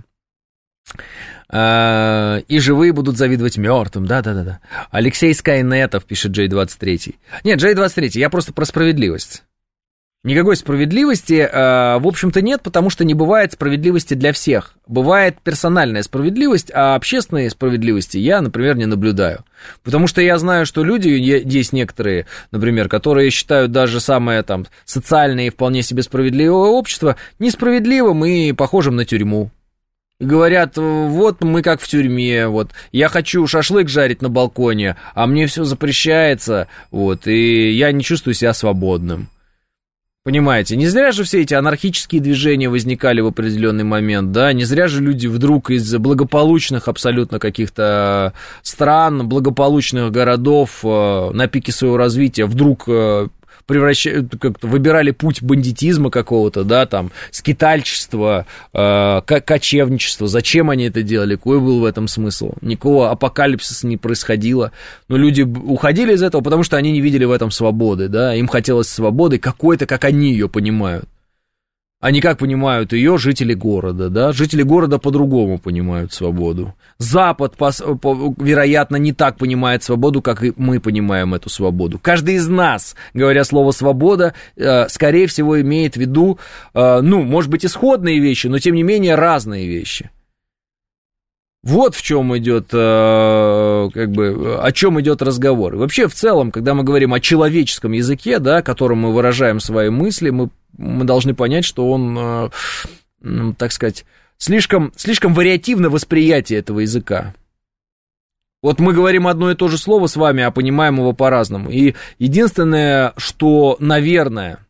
И живые будут завидовать мертвым, да-да-да. Алексей Скайнетов, пишет Джей двадцать три. Нет, Джей двадцать три, я просто про справедливость. Никакой справедливости, в общем-то, нет, потому что не бывает справедливости для всех. Бывает персональная справедливость, а общественной справедливости я, например, не наблюдаю. Потому что я знаю, что люди, есть некоторые, например, которые считают даже самое там социальное и вполне себе справедливое общество несправедливым и похожим на тюрьму. Говорят, вот мы как в тюрьме, вот, я хочу шашлык жарить на балконе, а мне все запрещается, вот, и я не чувствую себя свободным. Понимаете, не зря же все эти анархические движения возникали в определенный момент, да, не зря же люди вдруг из благополучных абсолютно каких-то стран, благополучных городов на пике своего развития вдруг... превращают, как-то выбирали путь бандитизма какого-то, да, там, скитальчества, э, кочевничества. Зачем они это делали? Какой был в этом смысл? Никакого апокалипсиса не происходило. Но люди уходили из этого, потому что они не видели в этом свободы, да, им хотелось свободы какой-то, как они ее понимают. А не как понимают ее жители города, да? Жители города по-другому понимают свободу. Запад, по, по, вероятно, не так понимает свободу, как и мы понимаем эту свободу. Каждый из нас, говоря слово «свобода», э, скорее всего, имеет в виду, э, ну, может быть, исходные вещи, но, тем не менее, разные вещи. Вот в чем идет, э, как бы, о чем идет разговор. И вообще, в целом, когда мы говорим о человеческом языке, да, которым мы выражаем свои мысли, мы, мы должны понять, что он, э, э, так сказать, слишком, слишком вариативно восприятие этого языка. Вот мы говорим одно и то же слово с вами, а понимаем его по-разному. И единственное, что, наверное...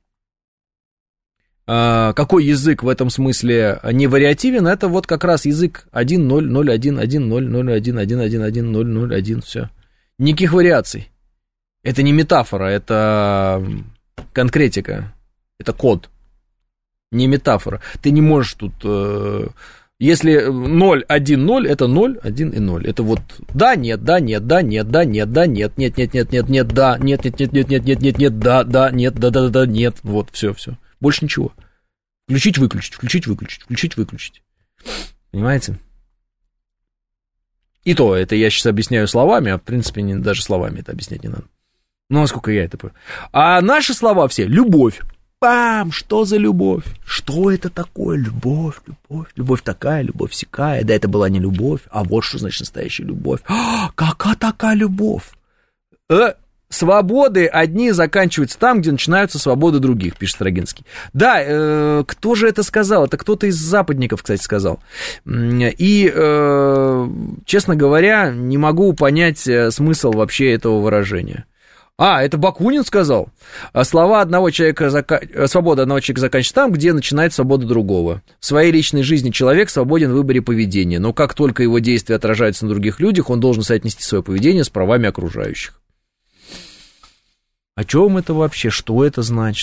какой язык в этом смысле не вариативен, это вот как раз язык один ноль ноль один один ноль ноль один один один один ноль ноль один, все. Никаких вариаций. Это не метафора, это конкретика, это код, не метафора. Ты не можешь тут... Если ноль один ноль, это ноль один и ноль. Это вот да, нет, да, нет, да, нет, да, нет, да, нет, нет, нет, нет, нет, нет, да, нет, нет, нет, нет, нет, нет, нет, нет, да, да, нет, да, да, да, нет. Вот, все, все. Больше ничего. Включить, выключить, включить, выключить, включить, выключить. Понимаете? И то, это я сейчас объясняю словами, а в принципе не, даже словами это объяснять не надо. Ну, насколько я это понимаю. А наши слова все — любовь. Пам, что за любовь? Что это такое? Любовь, любовь, любовь такая, любовь сякая. Да, это была не любовь, а вот что значит настоящая любовь. А, какая такая любовь? Э, свободы одни заканчиваются там, где начинаются свободы других, пишет Строгинский. Да, э, кто же это сказал? Это кто-то из западников, кстати, сказал. И, э, честно говоря, не могу понять смысл вообще этого выражения. А, это Бакунин сказал. Слова одного человека, зака... свобода одного человека заканчивается там, где начинает свобода другого. В своей личной жизни человек свободен в выборе поведения, но как только его действия отражаются на других людях, он должен соотнести свое поведение с правами окружающих. О чем это вообще? Что это значит?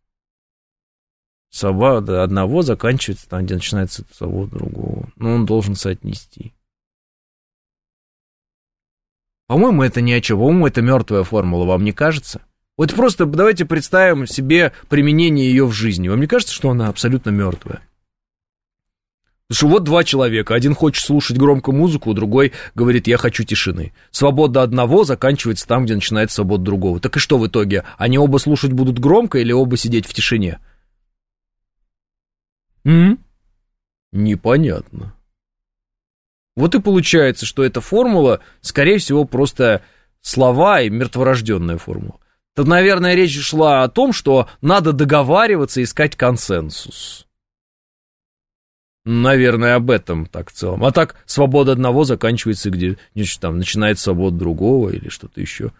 Свобода одного заканчивается там, где начинается свобода другого. Но он должен соотнести. По-моему, это ни о чем. По-моему, это мертвая формула, вам не кажется? Вот просто давайте представим себе применение ее в жизни. Вам не кажется, что она абсолютно мертвая? Потому что вот два человека. Один хочет слушать громко музыку, другой говорит, я хочу тишины. Свобода одного заканчивается там, где начинается свобода другого. Так и что в итоге? Они оба слушать будут громко или оба сидеть в тишине? М? Непонятно. Вот и получается, что эта формула, скорее всего, просто слова и мертворожденная формула. Тут, наверное, речь шла о том, что надо договариваться и искать консенсус. Наверное, об этом так в целом. А так, свобода одного заканчивается, где там начинается свобода другого или что-то еще.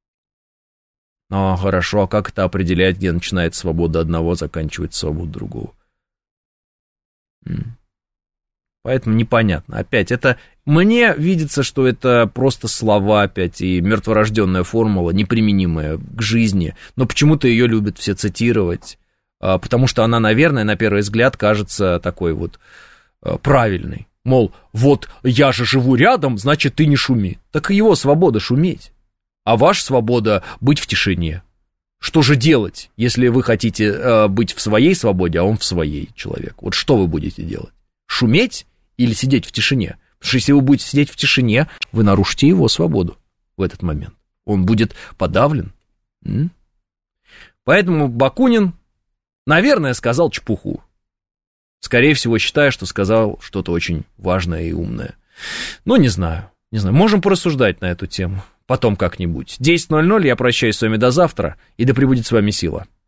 А, хорошо, а как это определять, где начинается свобода одного, заканчивается свобода другого? Поэтому непонятно. Опять, это мне видится, что это просто слова опять и мертворожденная формула, неприменимая к жизни. Но почему-то ее любят все цитировать, потому что она, наверное, на первый взгляд кажется такой вот правильной. Мол, вот я же живу рядом, значит, ты не шуми. Так и его свобода шуметь, а ваша свобода быть в тишине. Что же делать, если вы хотите быть в своей свободе, а он в своей, человек? Вот что вы будете делать? Шуметь или сидеть в тишине? Потому что если вы будете сидеть в тишине, вы нарушите его свободу в этот момент. Он будет подавлен. М? Поэтому Бакунин, наверное, сказал чепуху. Скорее всего, считая, что сказал что-то очень важное и умное. Ну, не знаю. Не знаю. Можем порассуждать на эту тему. Потом как-нибудь. десять ноль ноль, я прощаюсь с вами до завтра, и да пребудет с вами сила.